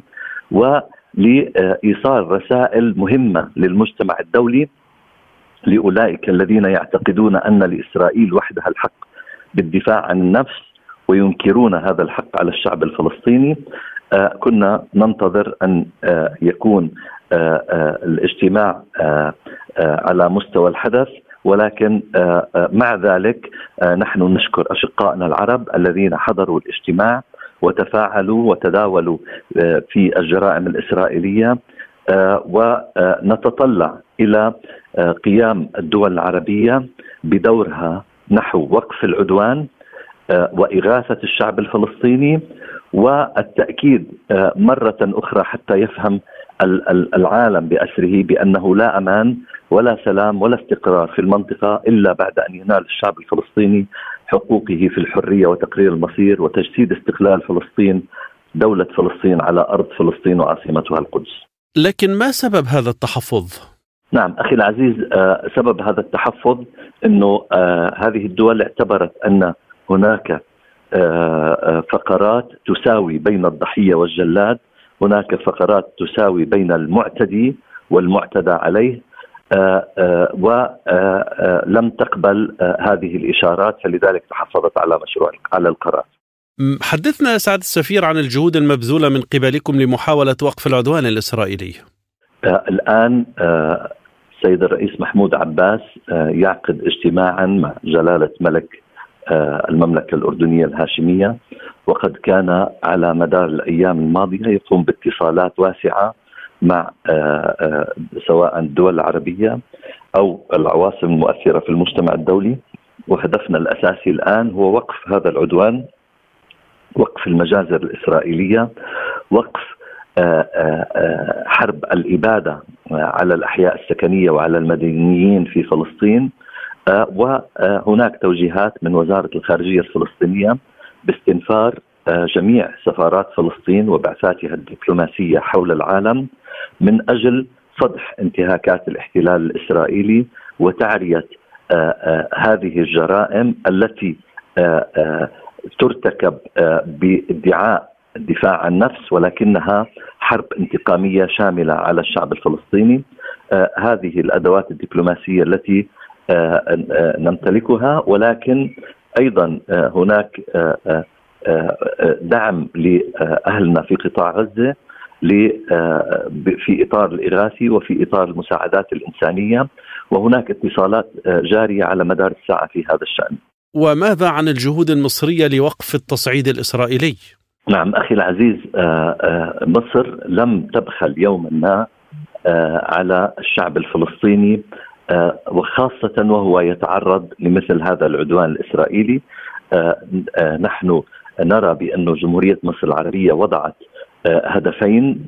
ولإيصال رسائل مهمة للمجتمع الدولي لأولئك الذين يعتقدون أن لإسرائيل وحدها الحق بالدفاع عن النفس وينكرون هذا الحق على الشعب الفلسطيني. آه كنا ننتظر أن آه يكون آه آه الاجتماع آه آه على مستوى الحدث، ولكن آه آه مع ذلك آه نحن نشكر أشقائنا العرب الذين حضروا الاجتماع وتفاعلوا وتداولوا آه في الجرائم الإسرائيلية، آه ونتطلع إلى آه قيام الدول العربية بدورها نحو وقف العدوان وإغاثة الشعب الفلسطيني، والتأكيد مرة أخرى حتى يفهم العالم بأسره بأنه لا أمان ولا سلام ولا استقرار في المنطقة إلا بعد أن ينال الشعب الفلسطيني حقوقه في الحرية وتقرير المصير وتجسيد استقلال فلسطين، دولة فلسطين على أرض فلسطين وعاصمتها القدس. لكن ما سبب هذا التحفظ؟ نعم أخي العزيز، سبب هذا التحفظ أنه هذه الدول اعتبرت أن هناك فقرات تساوي بين الضحية والجلاد، هناك فقرات تساوي بين المعتدي والمعتدى عليه. ولم تقبل هذه الإشارات، فلذلك تحفظت على مشروع على القرار. حدثنا سعادة السفير عن الجهود المبذولة من قبلكم لمحاولة وقف العدوان الإسرائيلي. الآن السيد الرئيس محمود عباس يعقد اجتماعا مع جلالة ملك المملكة الأردنية الهاشمية، وقد كان على مدار الأيام الماضية يقوم باتصالات واسعة مع سواء الدول العربية أو العواصم المؤثرة في المجتمع الدولي. وهدفنا الأساسي الآن هو وقف هذا العدوان، وقف المجازر الإسرائيلية، وقف حرب الإبادة على الأحياء السكنية وعلى المدنيين في فلسطين. وهناك توجيهات من وزارة الخارجية الفلسطينية باستنفار جميع سفارات فلسطين وبعثاتها الدبلوماسية حول العالم من أجل فضح انتهاكات الاحتلال الإسرائيلي وتعرية هذه الجرائم التي ترتكب بادعاء الدفاع عن النفس، ولكنها حرب انتقامية شاملة على الشعب الفلسطيني. هذه الأدوات الدبلوماسية التي نمتلكها، ولكن أيضا هناك دعم لأهلنا في قطاع غزة في إطار الإغاثي وفي إطار المساعدات الإنسانية، وهناك اتصالات جارية على مدار الساعة في هذا الشأن. وماذا عن الجهود المصرية لوقف التصعيد الإسرائيلي؟ نعم أخي العزيز، مصر لم تبخل يوما ما على الشعب الفلسطيني، وخاصة وهو يتعرض لمثل هذا العدوان الإسرائيلي. نحن نرى بأن جمهورية مصر العربية وضعت هدفين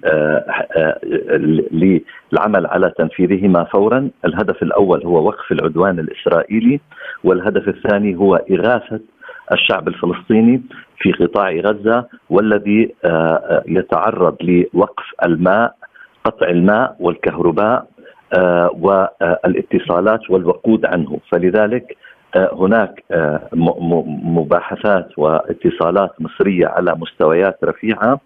للعمل على تنفيذهما فورا. الهدف الأول هو وقف العدوان الإسرائيلي، والهدف الثاني هو إغاثة الشعب الفلسطيني في قطاع غزة، والذي يتعرض لوقف الماء، قطع الماء والكهرباء والاتصالات والوقود عنه. فلذلك هناك مباحثات واتصالات مصرية على مستويات رفيعة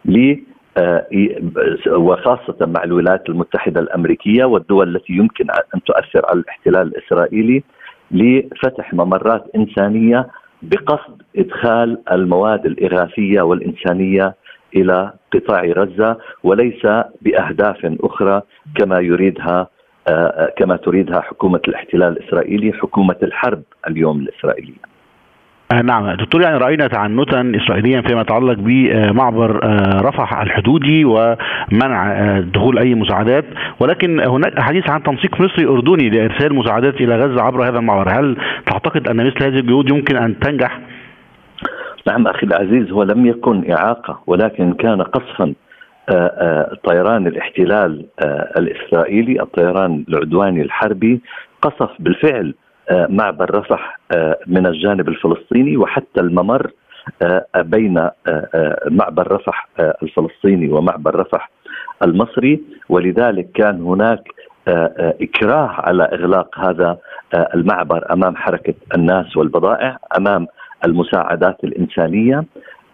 وخاصة مع الولايات المتحدة الأمريكية والدول التي يمكن أن تؤثر على الاحتلال الإسرائيلي لفتح ممرات إنسانية بقصد إدخال المواد الإغاثية والإنسانية إلى قطاع غزة، وليس بأهداف أخرى كما يريدها كما تريدها حكومة الاحتلال الإسرائيلي، حكومة الحرب اليوم الإسرائيلية. نعم دكتور، يعني رأينا تعنتا إسرائيليا فيما يتعلق بمعبر رفح الحدودي ومنع دخول أي مساعدات، ولكن هناك حديث عن تنسيق مصري أردني لإرسال مساعدات إلى غزة عبر هذا المعبر. هل تعتقد أن مثل هذه الجهود يمكن أن تنجح؟ نعم أخي العزيز، هو لم يكن إعاقة ولكن كان قصفا طيران الاحتلال الإسرائيلي، الطيران العدواني الحربي قصف بالفعل معبر رفح من الجانب الفلسطيني، وحتى الممر بين معبر رفح الفلسطيني ومعبر رفح المصري، ولذلك كان هناك إكراه على إغلاق هذا المعبر أمام حركة الناس والبضائع، أمام المساعدات الإنسانية.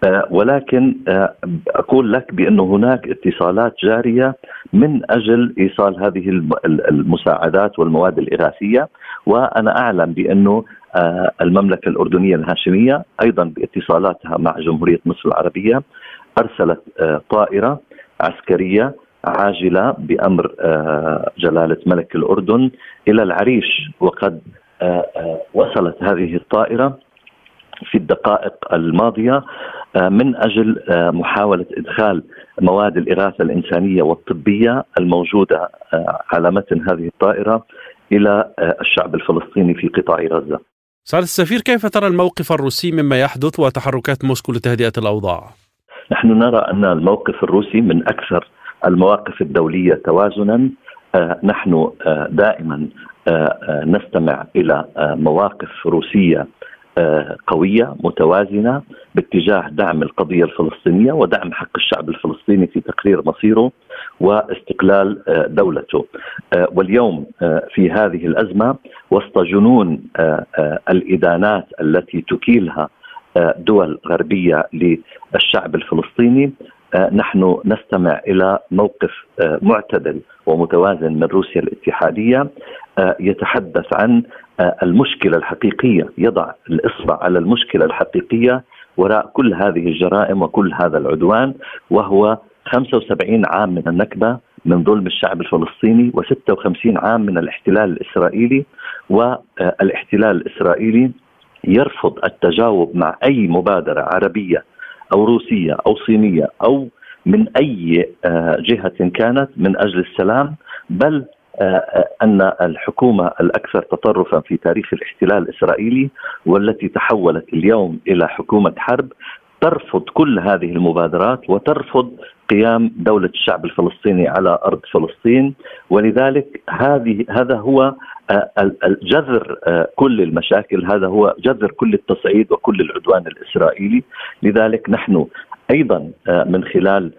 ولكن أقول لك بأن هناك اتصالات جارية من أجل إيصال هذه المساعدات والمواد الإغاثية، وأنا أعلم بأنه المملكة الأردنية الهاشمية أيضا باتصالاتها مع جمهورية مصر العربية أرسلت طائرة عسكرية عاجلة بأمر جلالة ملك الأردن إلى العريش، وقد وصلت هذه الطائرة في الدقائق الماضية من أجل محاولة إدخال مواد الإغاثة الإنسانية والطبية الموجودة على متن هذه الطائرة إلى الشعب الفلسطيني في قطاع غزة. سعادة السفير، كيف ترى الموقف الروسي مما يحدث وتحركات موسكو لتهدئة الأوضاع؟ نحن نرى أن الموقف الروسي من أكثر المواقف الدولية توازنا. نحن دائما نستمع إلى مواقف روسية قوية متوازنة باتجاه دعم القضية الفلسطينية ودعم حق الشعب الفلسطيني في تقرير مصيره واستقلال دولته. واليوم في هذه الأزمة وسط جنون الإدانات التي تكيلها دول غربية للشعب الفلسطيني، نحن نستمع إلى موقف معتدل ومتوازن من روسيا الاتحادية يتحدث عن المشكلة الحقيقية، يضع الإصبع على المشكلة الحقيقية وراء كل هذه الجرائم وكل هذا العدوان، وهو خمسة وسبعين عام من النكبة من ظلم الشعب الفلسطيني وستة وخمسين عام من الاحتلال الإسرائيلي. والاحتلال الإسرائيلي يرفض التجاوب مع أي مبادرة عربية أو روسية أو صينية أو من أي جهة كانت من أجل السلام، بل أن الحكومة الأكثر تطرفا في تاريخ الاحتلال الإسرائيلي والتي تحولت اليوم إلى حكومة حرب ترفض كل هذه المبادرات وترفض قيام دولة الشعب الفلسطيني على أرض فلسطين. ولذلك هذه هذا هو الجذر كل المشاكل، هذا هو جذر كل التصعيد وكل العدوان الإسرائيلي. لذلك نحن أيضا من خلال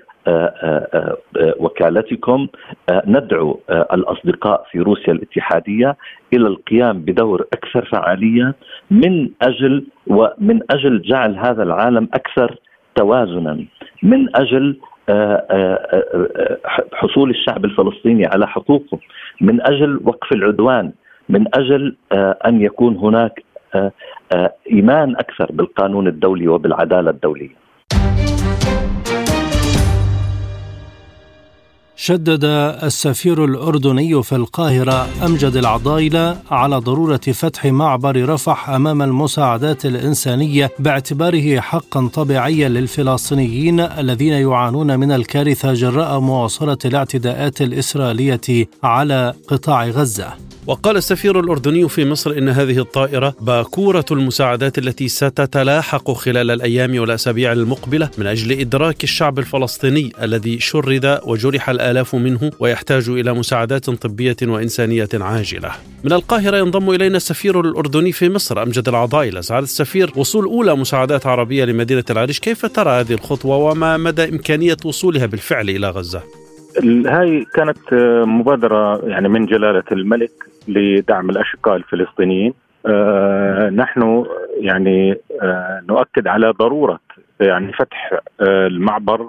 وكالتكم ندعو الأصدقاء في روسيا الاتحادية إلى القيام بدور أكثر فعالية من أجل ومن أجل جعل هذا العالم أكثر توازنا، من أجل حصول الشعب الفلسطيني على حقوقه، من أجل وقف العدوان، من أجل أن يكون هناك إيمان أكثر بالقانون الدولي وبالعدالة الدولية. شدد السفير الأردني في القاهرة أمجد العضايلة على ضرورة فتح معبر رفح أمام المساعدات الإنسانية باعتباره حقا طبيعيا للفلسطينيين الذين يعانون من الكارثة جراء مواصلة الاعتداءات الإسرائيلية على قطاع غزة. وقال السفير الأردني في مصر إن هذه الطائرة باكورة المساعدات التي ستتلاحق خلال الأيام والأسابيع المقبلة من أجل إدراك الشعب الفلسطيني الذي شرد وجرح الآلاف منه ويحتاج إلى مساعدات طبية وإنسانية عاجلة. من القاهرة ينضم إلينا السفير الأردني في مصر أمجد العضايلة. سعادة السفير، وصول أولى مساعدات عربية لمدينة العريش، كيف ترى هذه الخطوة وما مدى إمكانية وصولها بالفعل إلى غزة؟ هاي كانت مبادرة يعني من جلالة الملك لدعم الأشقاء الفلسطينيين. آه نحن يعني آه نؤكد على ضرورة يعني فتح آه المعبر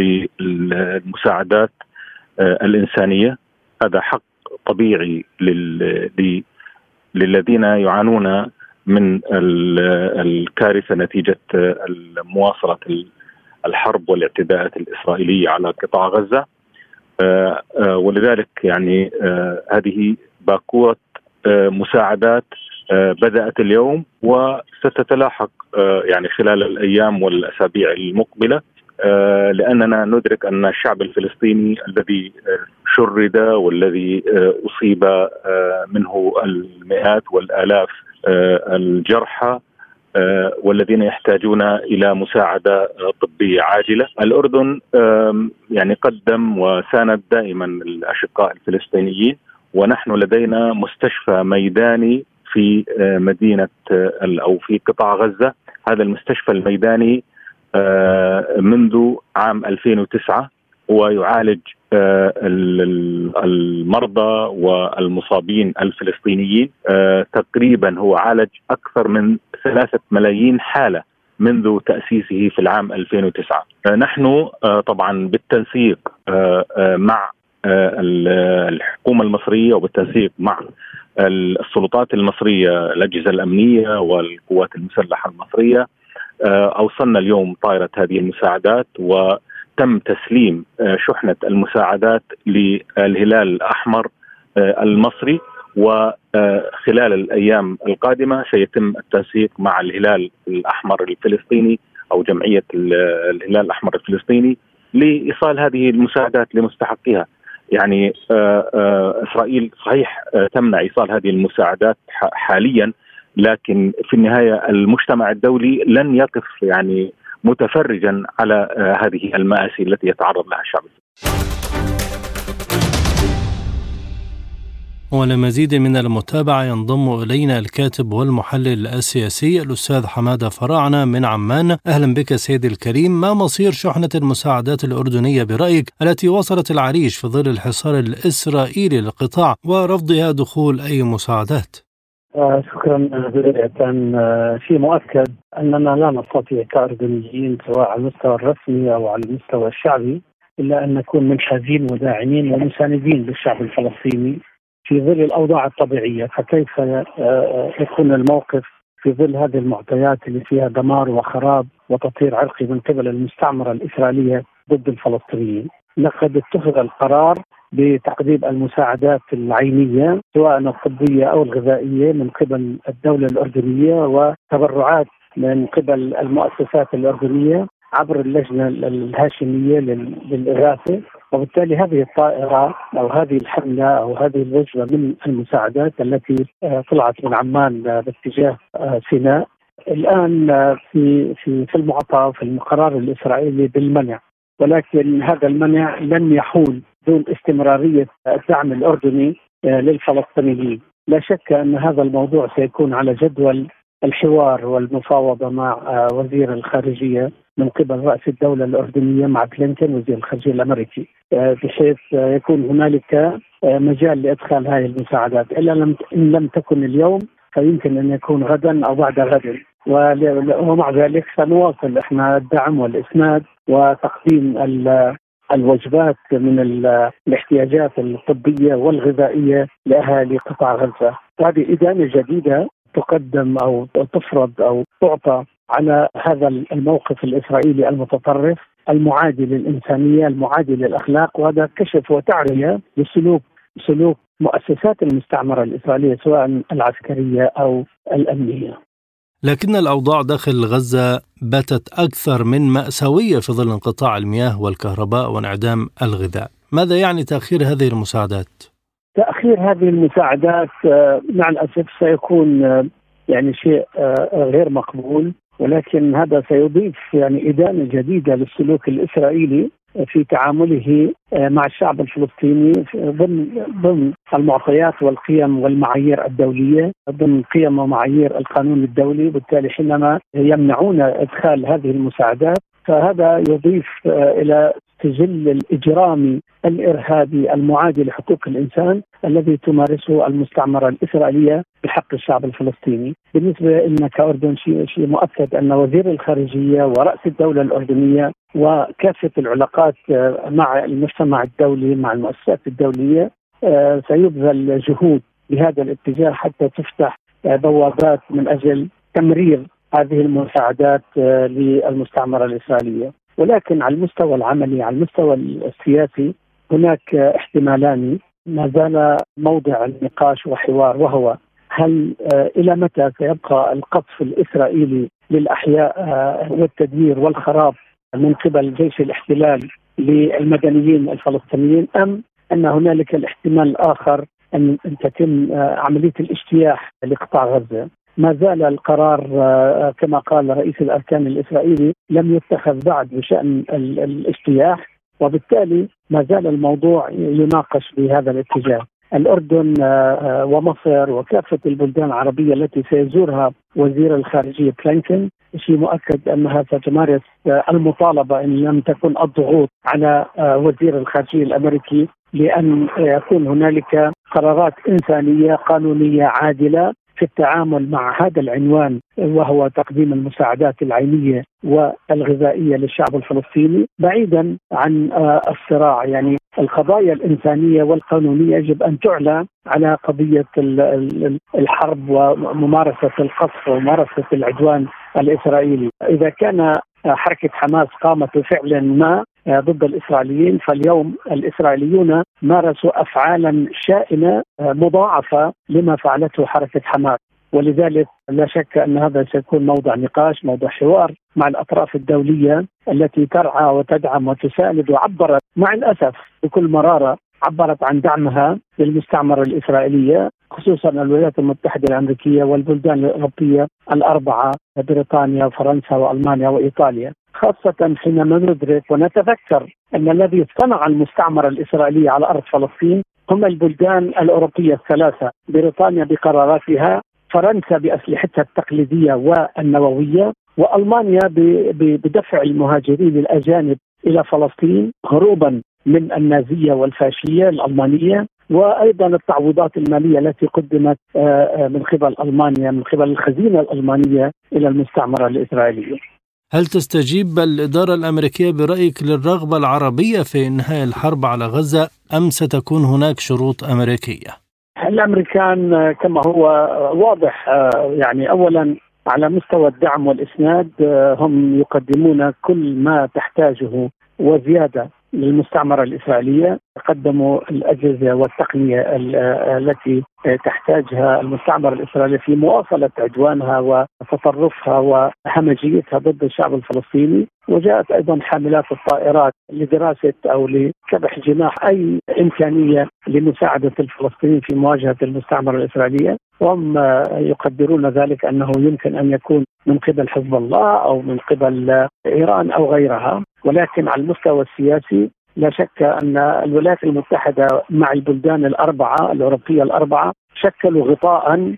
للمساعدات آه الإنسانية. هذا حق طبيعي لل للذين يعانون من الكارثة نتيجة مواصلة الحرب والاعتداءات الإسرائيلية على قطاع غزة. آه آه ولذلك يعني آه هذه باكورة آه مساعدات آه بدأت اليوم وستتلاحق آه يعني خلال الأيام والأسابيع المقبلة، آه لأننا ندرك أن الشعب الفلسطيني الذي آه شرد والذي آه أصيب آه منه المئات والآلاف آه الجرحى آه والذين يحتاجون إلى مساعدة آه طبية عاجلة. الأردن آه يعني قدم وساند دائما الأشقاء الفلسطينيين، ونحن لدينا مستشفى ميداني في آه مدينة آه أو في قطاع غزة. هذا المستشفى الميداني آه منذ عام ألفين وتسعة ويعالج آه المرضى والمصابين الفلسطينيين. آه تقريبا هو عالج أكثر من ثلاثة ملايين حالة منذ تأسيسه في العام ألفين وتسعة. آه نحن آه طبعا بالتنسيق آه آه مع آه الحكومة المصرية وبالتنسيق مع السلطات المصرية، الأجهزة الأمنية والقوات المسلحة المصرية، آه أوصلنا اليوم طائرة هذه المساعدات وتم تسليم آه شحنة المساعدات للهلال الأحمر آه المصري. وخلال الأيام القادمة سيتم التنسيق مع الهلال الأحمر الفلسطيني أو جمعية الهلال الأحمر الفلسطيني لإيصال هذه المساعدات لمستحقيها. يعني إسرائيل صحيح تمنع إيصال هذه المساعدات حاليا، لكن في النهاية المجتمع الدولي لن يقف يعني متفرجا على هذه المآسي التي يتعرض لها الشعب. ولمزيد من المتابعة ينضم إلينا الكاتب والمحلل السياسي الأستاذ حمادة فراعنة من عمان. أهلا بك سيدي الكريم. ما مصير شحنة المساعدات الأردنية برأيك التي وصلت العريش في ظل الحصار الإسرائيلي للقطاع ورفضها دخول أي مساعدات؟ آه شكرا. بداية آه شيء مؤكد أننا لا نستطيع كأردنيين سواء على المستوى الرسمي أو على المستوى الشعبي إلا أن نكون منحازين وداعمين ومساندين للشعب الفلسطيني في ظل الأوضاع الطبيعية. فكيف آه يكون الموقف في ظل هذه المعطيات اللي فيها دمار وخراب وتطهير عرقي من قبل المستعمرة الإسرائيلية ضد الفلسطينيين؟ لقد اتخذ القرار بتقديم المساعدات العينية سواء الطبية أو الغذائية من قبل الدولة الأردنية وتبرعات من قبل المؤسسات الأردنية عبر اللجنة الهاشمية للإغاثة. وبالتالي هذه الطائرة أو هذه الحملة أو هذه الوجبة من المساعدات التي طلعت من عمان باتجاه سيناء الآن في في في المعطى في القرار الإسرائيلي بالمنع، ولكن هذا المنع لن يحول دون استمرارية الدعم الأردني للفلسطينيين. لا شك أن هذا الموضوع سيكون على جدول الحوار والمفاوضة مع وزير الخارجية من قبل رئيس الدولة الأردنية مع كلينتون وزير الخارجية الأمريكي، بحيث يكون هنالك مجال لإدخال هذه المساعدات. إلا لم إن لم تكن اليوم فيمكن أن يكون غدا أو بعد غد، ومع ذلك سنواصل إحنا الدعم والإسناد وتقديم الوجبات من الاحتياجات الطبية والغذائية لأهالي قطاع غزة. وهذه إدانة جديدة تقدم أو تفرض أو تعطى على هذا الموقف الإسرائيلي المتطرف المعادي للإنسانية المعادي للأخلاق، وهذا كشف وتعرية لسلوك سلوك مؤسسات المستعمرة الإسرائيلية سواء العسكرية أو الأمنية. لكن الأوضاع داخل غزة باتت أكثر من مأساوية في ظل انقطاع المياه والكهرباء وانعدام الغذاء. ماذا يعني تأخير هذه المساعدات؟ تأخير هذه المساعدات مع الأسف سيكون يعني شيء غير مقبول، ولكن هذا سيضيف يعني إدانة جديدة للسلوك الإسرائيلي في تعامله مع الشعب الفلسطيني ضمن ضمن المعطيات والقيم والمعايير الدولية، ضمن قيم ومعايير القانون الدولي. بالتالي حينما يمنعون إدخال هذه المساعدات فهذا يضيف إلى سجل الإجرامي الإرهابي المعادي لحقوق الإنسان الذي تمارسه المستعمرة الإسرائيلية بحق الشعب الفلسطيني. بالنسبة لنا كأردن شيء شيء مؤكد أن وزير الخارجية ورأس الدولة الأردنية وكافة العلاقات مع المجتمع الدولي مع المؤسسات الدولية سيبذل جهود بهذا الاتجاه حتى تفتح بوابات من أجل تمرير هذه المساعدات للمستعمرة الإسرائيلية. ولكن على المستوى العملي على المستوى السياسي هناك احتمالان ما زال موضع النقاش وحوار، وهو هل إلى متى سيبقى القصف الإسرائيلي للأحياء والتدمير والخراب من قبل جيش الاحتلال للمدنيين الفلسطينيين، أم أن هنالك الاحتمال الآخر أن تتم عملية الاجتياح لقطاع غزة. ما زال القرار كما قال رئيس الأركان الإسرائيلي لم يتخذ بعد بشأن الاجتياح، وبالتالي ما زال الموضوع يناقش بهذا الاتجاه. الأردن ومصر وكافة البلدان العربية التي سيزورها وزير الخارجية كلينتون شيء مؤكد أنها ستمارس المطالبة إن لم تكن الضغوط على وزير الخارجية الأمريكي لأن يكون هنالك قرارات إنسانية قانونية عادلة في التعامل مع هذا العنوان، وهو تقديم المساعدات العينية والغذائية للشعب الفلسطيني بعيدا عن الصراع. يعني القضايا الإنسانية والقانونية يجب أن تعلى على قضية الحرب وممارسة القصف وممارسة العدوان الإسرائيلي. إذا كان حركة حماس قامت بفعل ما ضد الإسرائيليين فاليوم الإسرائيليون مارسوا أفعالا شائنة مضاعفة لما فعلته حركة حماس، ولذلك لا شك أن هذا سيكون موضع نقاش موضع حوار مع الأطراف الدولية التي ترعى وتدعم وتساند وعبرت مع الأسف بكل مرارة عبرت عن دعمها للمستعمرة الإسرائيلية، خصوصا الولايات المتحدة الأمريكية والبلدان الأوروبية الأربعة بريطانيا وفرنسا وألمانيا وإيطاليا، خاصة حينما ندرك ونتذكر أن الذي صنع المستعمرة الإسرائيلية على أرض فلسطين هم البلدان الأوروبية الثلاثة، بريطانيا بقراراتها، فرنسا بأسلحتها التقليدية والنووية، وألمانيا بدفع المهاجرين الأجانب إلى فلسطين هروبا من النازية والفاشية الألمانية، وأيضا التعويضات المالية التي قدمت من قبل ألمانيا من قبل الخزينة الألمانية إلى المستعمرة الإسرائيلية. هل تستجيب الإدارة الأمريكية برأيك للرغبة العربية في إنهاء الحرب على غزة أم ستكون هناك شروط أمريكية؟ الأمريكان كما هو واضح يعني أولا على مستوى الدعم والإسناد هم يقدمون كل ما تحتاجه وزيادة للمستعمرة الإسرائيلية. قدموا الأجهزة والتقنية التي تحتاجها المستعمرة الإسرائيلية في مواصلة عدوانها وتطرفها وهمجيتها ضد الشعب الفلسطيني، وجاءت أيضا حاملات الطائرات لدراسة أو لكبح جناح أي إمكانية لمساعدة الفلسطينيين في مواجهة المستعمرة الإسرائيلية. وهم يقدرون ذلك أنه يمكن أن يكون من قبل حزب الله أو من قبل إيران أو غيرها، ولكن على المستوى السياسي لا شك أن الولايات المتحدة مع البلدان الأربعة الأوروبية الأربعة شكلوا غطاء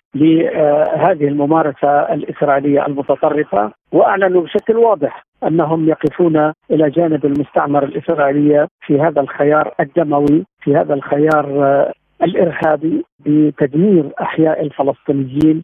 لهذه الممارسة الإسرائيلية المتطرفة، وأعلنوا بشكل واضح أنهم يقفون إلى جانب المستعمرة الإسرائيلية في هذا الخيار الدموي، في هذا الخيار الإرهابي بتدمير أحياء الفلسطينيين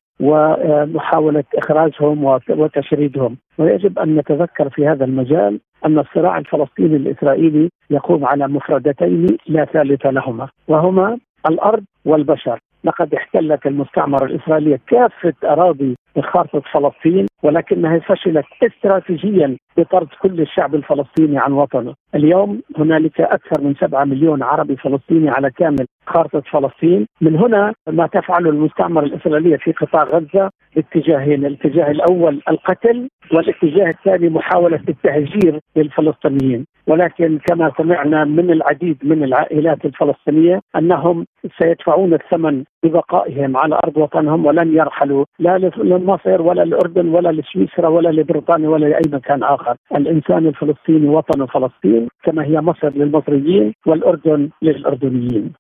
ومحاولة إخراجهم وتشريدهم. ويجب أن نتذكر في هذا المجال أن الصراع الفلسطيني الإسرائيلي يقوم على مفردتين لا ثالث لهما، وهما الأرض والبشر. لقد احتلت المستعمرة الإسرائيلية كافة أراضي خارطة فلسطين، ولكنها فشلت استراتيجيا بطرد كل الشعب الفلسطيني عن وطنه. اليوم هنالك أكثر من سبعة مليون عربي فلسطيني على كامل خارطة فلسطين. من هنا ما تفعله المستعمرة الإسرائيلية في قطاع غزة باتجاهين: الاتجاه الأول القتل، والاتجاه الثاني محاولة التهجير للفلسطينيين. ولكن كما سمعنا من العديد من العائلات الفلسطينية أنهم سيدفعون الثمن ببقائهم على أرض وطنهم، ولن يرحلوا لا لمصر ولا للأردن ولا لسويسرا ولا لبريطانيا ولا لأي مكان آخر. الإنسان الفلسطيني وطن فلسطين، كما هي مصر للمصريين والأردن للأردنيين.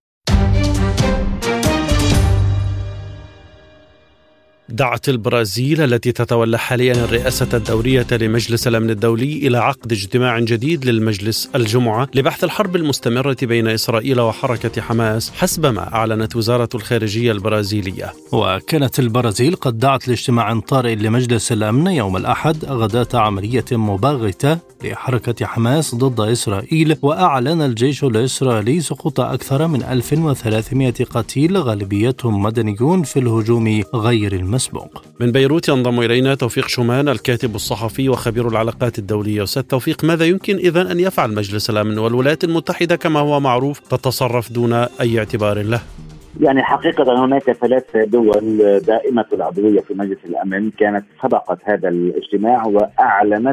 دعت البرازيل التي تتولى حاليا الرئاسة الدورية لمجلس الأمن الدولي إلى عقد اجتماع جديد للمجلس الجمعة لبحث الحرب المستمرة بين إسرائيل وحركة حماس، حسب ما أعلنت وزارة الخارجية البرازيلية. وكانت البرازيل قد دعت لاجتماع طارئ لمجلس الأمن يوم الأحد غداة عملية مباغتة لحركة حماس ضد إسرائيل، وأعلن الجيش الإسرائيلي سقوط أكثر من ألف وثلاثمائة قتيل غالبيتهم مدنيون في الهجوم غير المسبوق. من بيروت ينضم إلينا توفيق شومان الكاتب الصحفي وخبير العلاقات الدولية. أستاذ توفيق، ماذا يمكن إذن أن يفعل مجلس الأمن والولايات المتحدة كما هو معروف تتصرف دون أي اعتبار له؟ يعني حقيقة هناك ثلاث دول دائمة العضوية في مجلس الأمن كانت سبقت هذا الاجتماع وأعلنت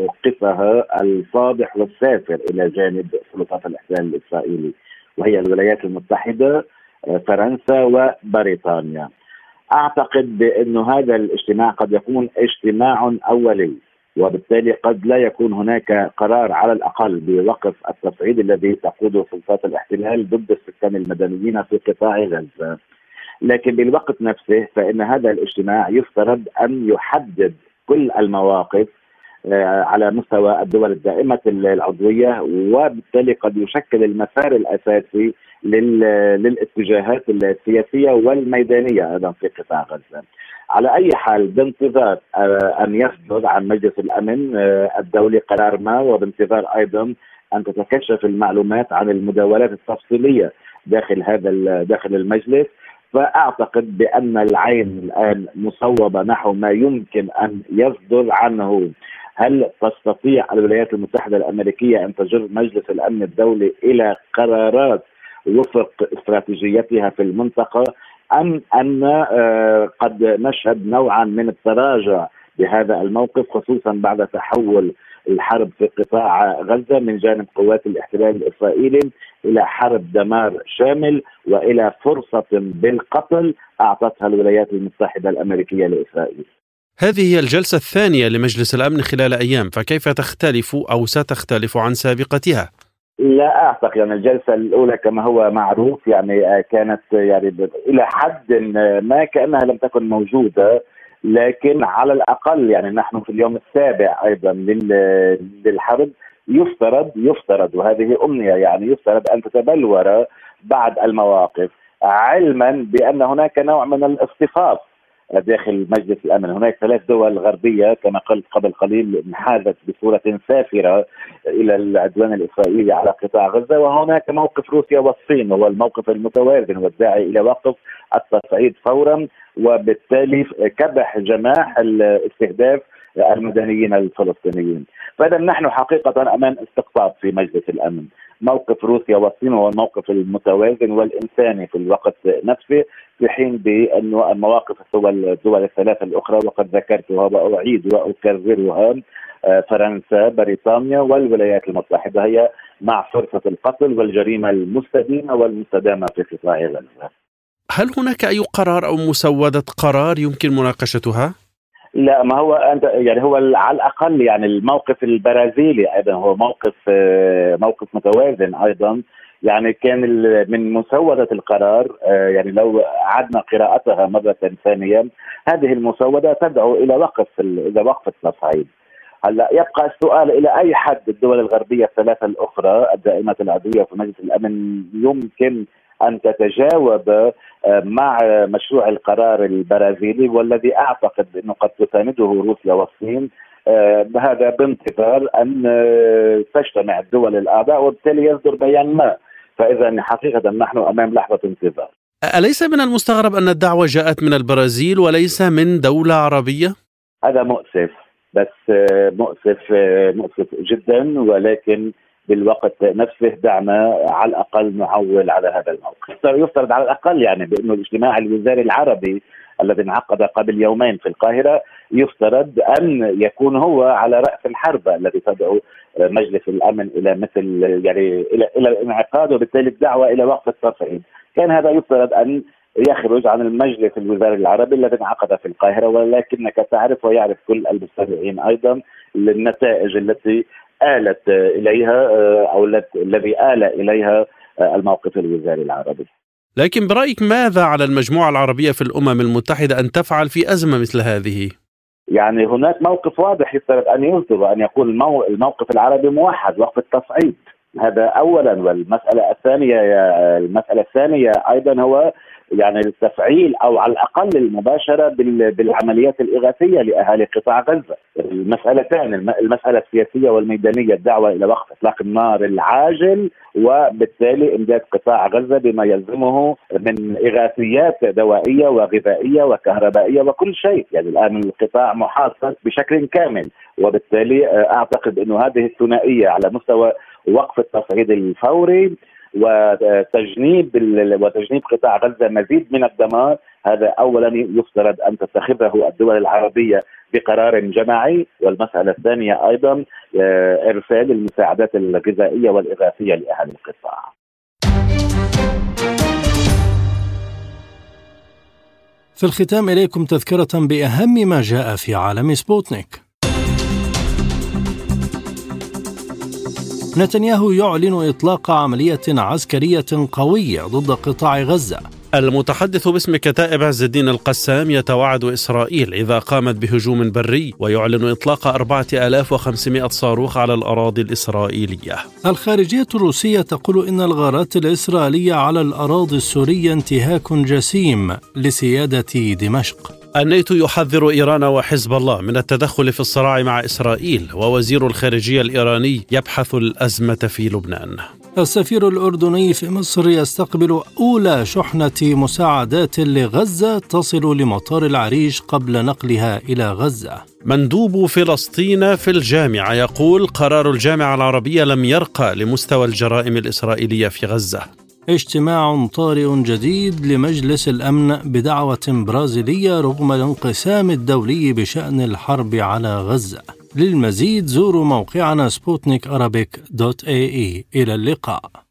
موقفها الصادح والسافر إلى جانب سلطات الاحتلال الإسرائيلي، وهي الولايات المتحدة، فرنسا وبريطانيا. أعتقد بأن هذا الاجتماع قد يكون اجتماع أولي، وبالتالي قد لا يكون هناك قرار على الأقل بوقف التصعيد الذي تقوده سلطات الاحتلال ضد السكان المدنيين في قطاع غزة. لكن بالوقت نفسه فإن هذا الاجتماع يفترض أن يحدد كل المواقف على مستوى الدول الدائمة العضوية، وبالتالي قد يشكل المسار الأساسي للاتجاهات السياسية والميدانية أيضا في قطاع غزة. على أي حال بانتظار أن يصدر عن مجلس الأمن الدولي قرار ما، وبانتظار أيضا أن تتكشف المعلومات عن المداولات التفصيلية داخل هذا داخل المجلس، فأعتقد بأن العين الآن مصوبة نحو ما يمكن أن يصدر عنه. هل تستطيع الولايات المتحدة الأمريكية أن تجر مجلس الأمن الدولي إلى قرارات وفق استراتيجيتها في المنطقة، أم أن قد نشهد نوعا من التراجع بهذا الموقف، خصوصا بعد تحول الحرب في قطاع غزة من جانب قوات الاحتلال الإسرائيلي إلى حرب دمار شامل وإلى فرصة بالقتل أعطتها الولايات المتحدة الأمريكية لإسرائيل؟ هذه هي الجلسة الثانية لمجلس الأمن خلال أيام، فكيف تختلف أو ستختلف عن سابقتها؟ لا أعتقد يعني الجلسة الأولى كما هو معروف يعني كانت يعني إلى حد ما كأنها لم تكن موجودة، لكن على الأقل يعني نحن في اليوم السابع أيضا للحرب يفترض يفترض وهذه أمنية يعني يفترض أن تتبلور بعض المواقف، علما بأن هناك نوع من الاصطفاف داخل مجلس الأمن. هناك ثلاث دول غربية كما قلت قبل قليل انحازت بصورة سافرة إلى العدوان الإسرائيلي على قطاع غزة، وهناك موقف روسيا والصين هو الموقف المتوازن والداعي إلى وقف التصعيد فورا، وبالتالي كبح جماح الاستهداف المدنيين الفلسطينيين. فإذا نحن حقيقة أمام استقطاب في مجلس الأمن. موقف روسيا والصين هو الموقف المتوازن والإنساني في الوقت نفسه، في حين بأن المواقف الدول الثلاثة الأخرى وقد ذكرتها وأعيد وأكررها فرنسا، بريطانيا والولايات المتحدة، هي مع فرصة القتل والجريمة المستديمة والمستدامة في قطاع غزة. هل هناك أي قرار أو مسودة قرار يمكن مناقشتها؟ لا، ما هو أنت يعني هو على الأقل يعني الموقف البرازيلي أيضا هو موقف موقف متوازن أيضا. يعني كان من مسودة القرار يعني لو عدنا قراءتها مرة ثانية، هذه المسودة تدعو إلى وقف إلى وقف التصعيد. هلا يبقى السؤال إلى أي حد الدول الغربية الثلاثة الأخرى الدائمة العضوية في مجلس الأمن يمكن أن تتجاوب مع مشروع القرار البرازيلي، والذي أعتقد أنه قد تسانده روسيا والصين، هذا بانتظار أن تجتمع الدول الأعضاء وبالتالي يصدر بيان ما. فإذا حقيقة نحن أمام لحظة انتظار. أليس من المستغرب أن الدعوة جاءت من البرازيل وليس من دولة عربية؟ هذا مؤسف، بس مؤسف مؤسف جدا، ولكن بالوقت نفسه دعنا على الأقل نعول على هذا الموقف. يفترض على الأقل يعني بأنه الاجتماع الوزاري العربي الذي انعقد قبل يومين في القاهرة يفترض أن يكون هو على رأس الحربة الذي تدعو مجلس الأمن إلى مثل يعني إلى إلى الانعقاد، وبالتالي الدعوة إلى وقف التصعيد. كان هذا يفترض أن يخرج عن المجلس الوزاري العربي الذي انعقد في القاهرة، ولكنك تعرف ويعرف كل المستمعين أيضا النتائج التي آلت إليها أو الذي آل إليها الموقف الوزاري العربي. لكن برأيك ماذا على المجموعة العربية في الأمم المتحدة أن تفعل في أزمة مثل هذه؟ يعني هناك موقف واضح يفترض أن يصدر وأن يكون الموقف العربي موحد، وقف التصعيد، هذا أولا. والمسألة الثانية المسألة الثانية أيضا هو يعني التفعيل أو على الأقل المباشرة بالعمليات الإغاثية لأهالي قطاع غزة. المسألتان، المسألة السياسية والميدانية، الدعوة إلى وقف إطلاق النار العاجل، وبالتالي إمداد قطاع غزة بما يلزمه من إغاثيات دوائية وغذائية وكهربائية وكل شيء. يعني الآن القطاع محاصر بشكل كامل، وبالتالي أعتقد أنه هذه الثنائية على مستوى وقف التصعيد الفوري وتجنيب وتجنيب قطاع غزة مزيد من الدمار، هذا أولا يفترض أن تتخذه الدول العربية بقرار جماعي. والمسألة الثانية أيضا إرسال المساعدات الغذائية والإغاثية لأهل القطاع. في الختام إليكم تذكرة بأهم ما جاء في عالم سبوتنيك. نتنياهو يعلن إطلاق عملية عسكرية قوية ضد قطاع غزة. المتحدث باسم كتائب عز الدين القسام يتوعد إسرائيل إذا قامت بهجوم بري، ويعلن إطلاق أربعة آلاف وخمسمائة صاروخ على الأراضي الإسرائيلية. الخارجية الروسية تقول إن الغارات الإسرائيلية على الأراضي السورية انتهاك جسيم لسيادة دمشق. الناتو يحذر إيران وحزب الله من التدخل في الصراع مع إسرائيل، ووزير الخارجية الإيراني يبحث الأزمة في لبنان. السفير الأردني في مصر يستقبل أولى شحنة مساعدات لغزة تصل لمطار العريش قبل نقلها إلى غزة. مندوب فلسطين في الجامعة يقول قرار الجامعة العربية لم يرقى لمستوى الجرائم الإسرائيلية في غزة. اجتماع طارئ جديد لمجلس الأمن بدعوة برازيلية رغم الانقسام الدولي بشأن الحرب على غزة. للمزيد زوروا موقعنا سبوتنيك أرابيك دوت إيه إي. إلى اللقاء.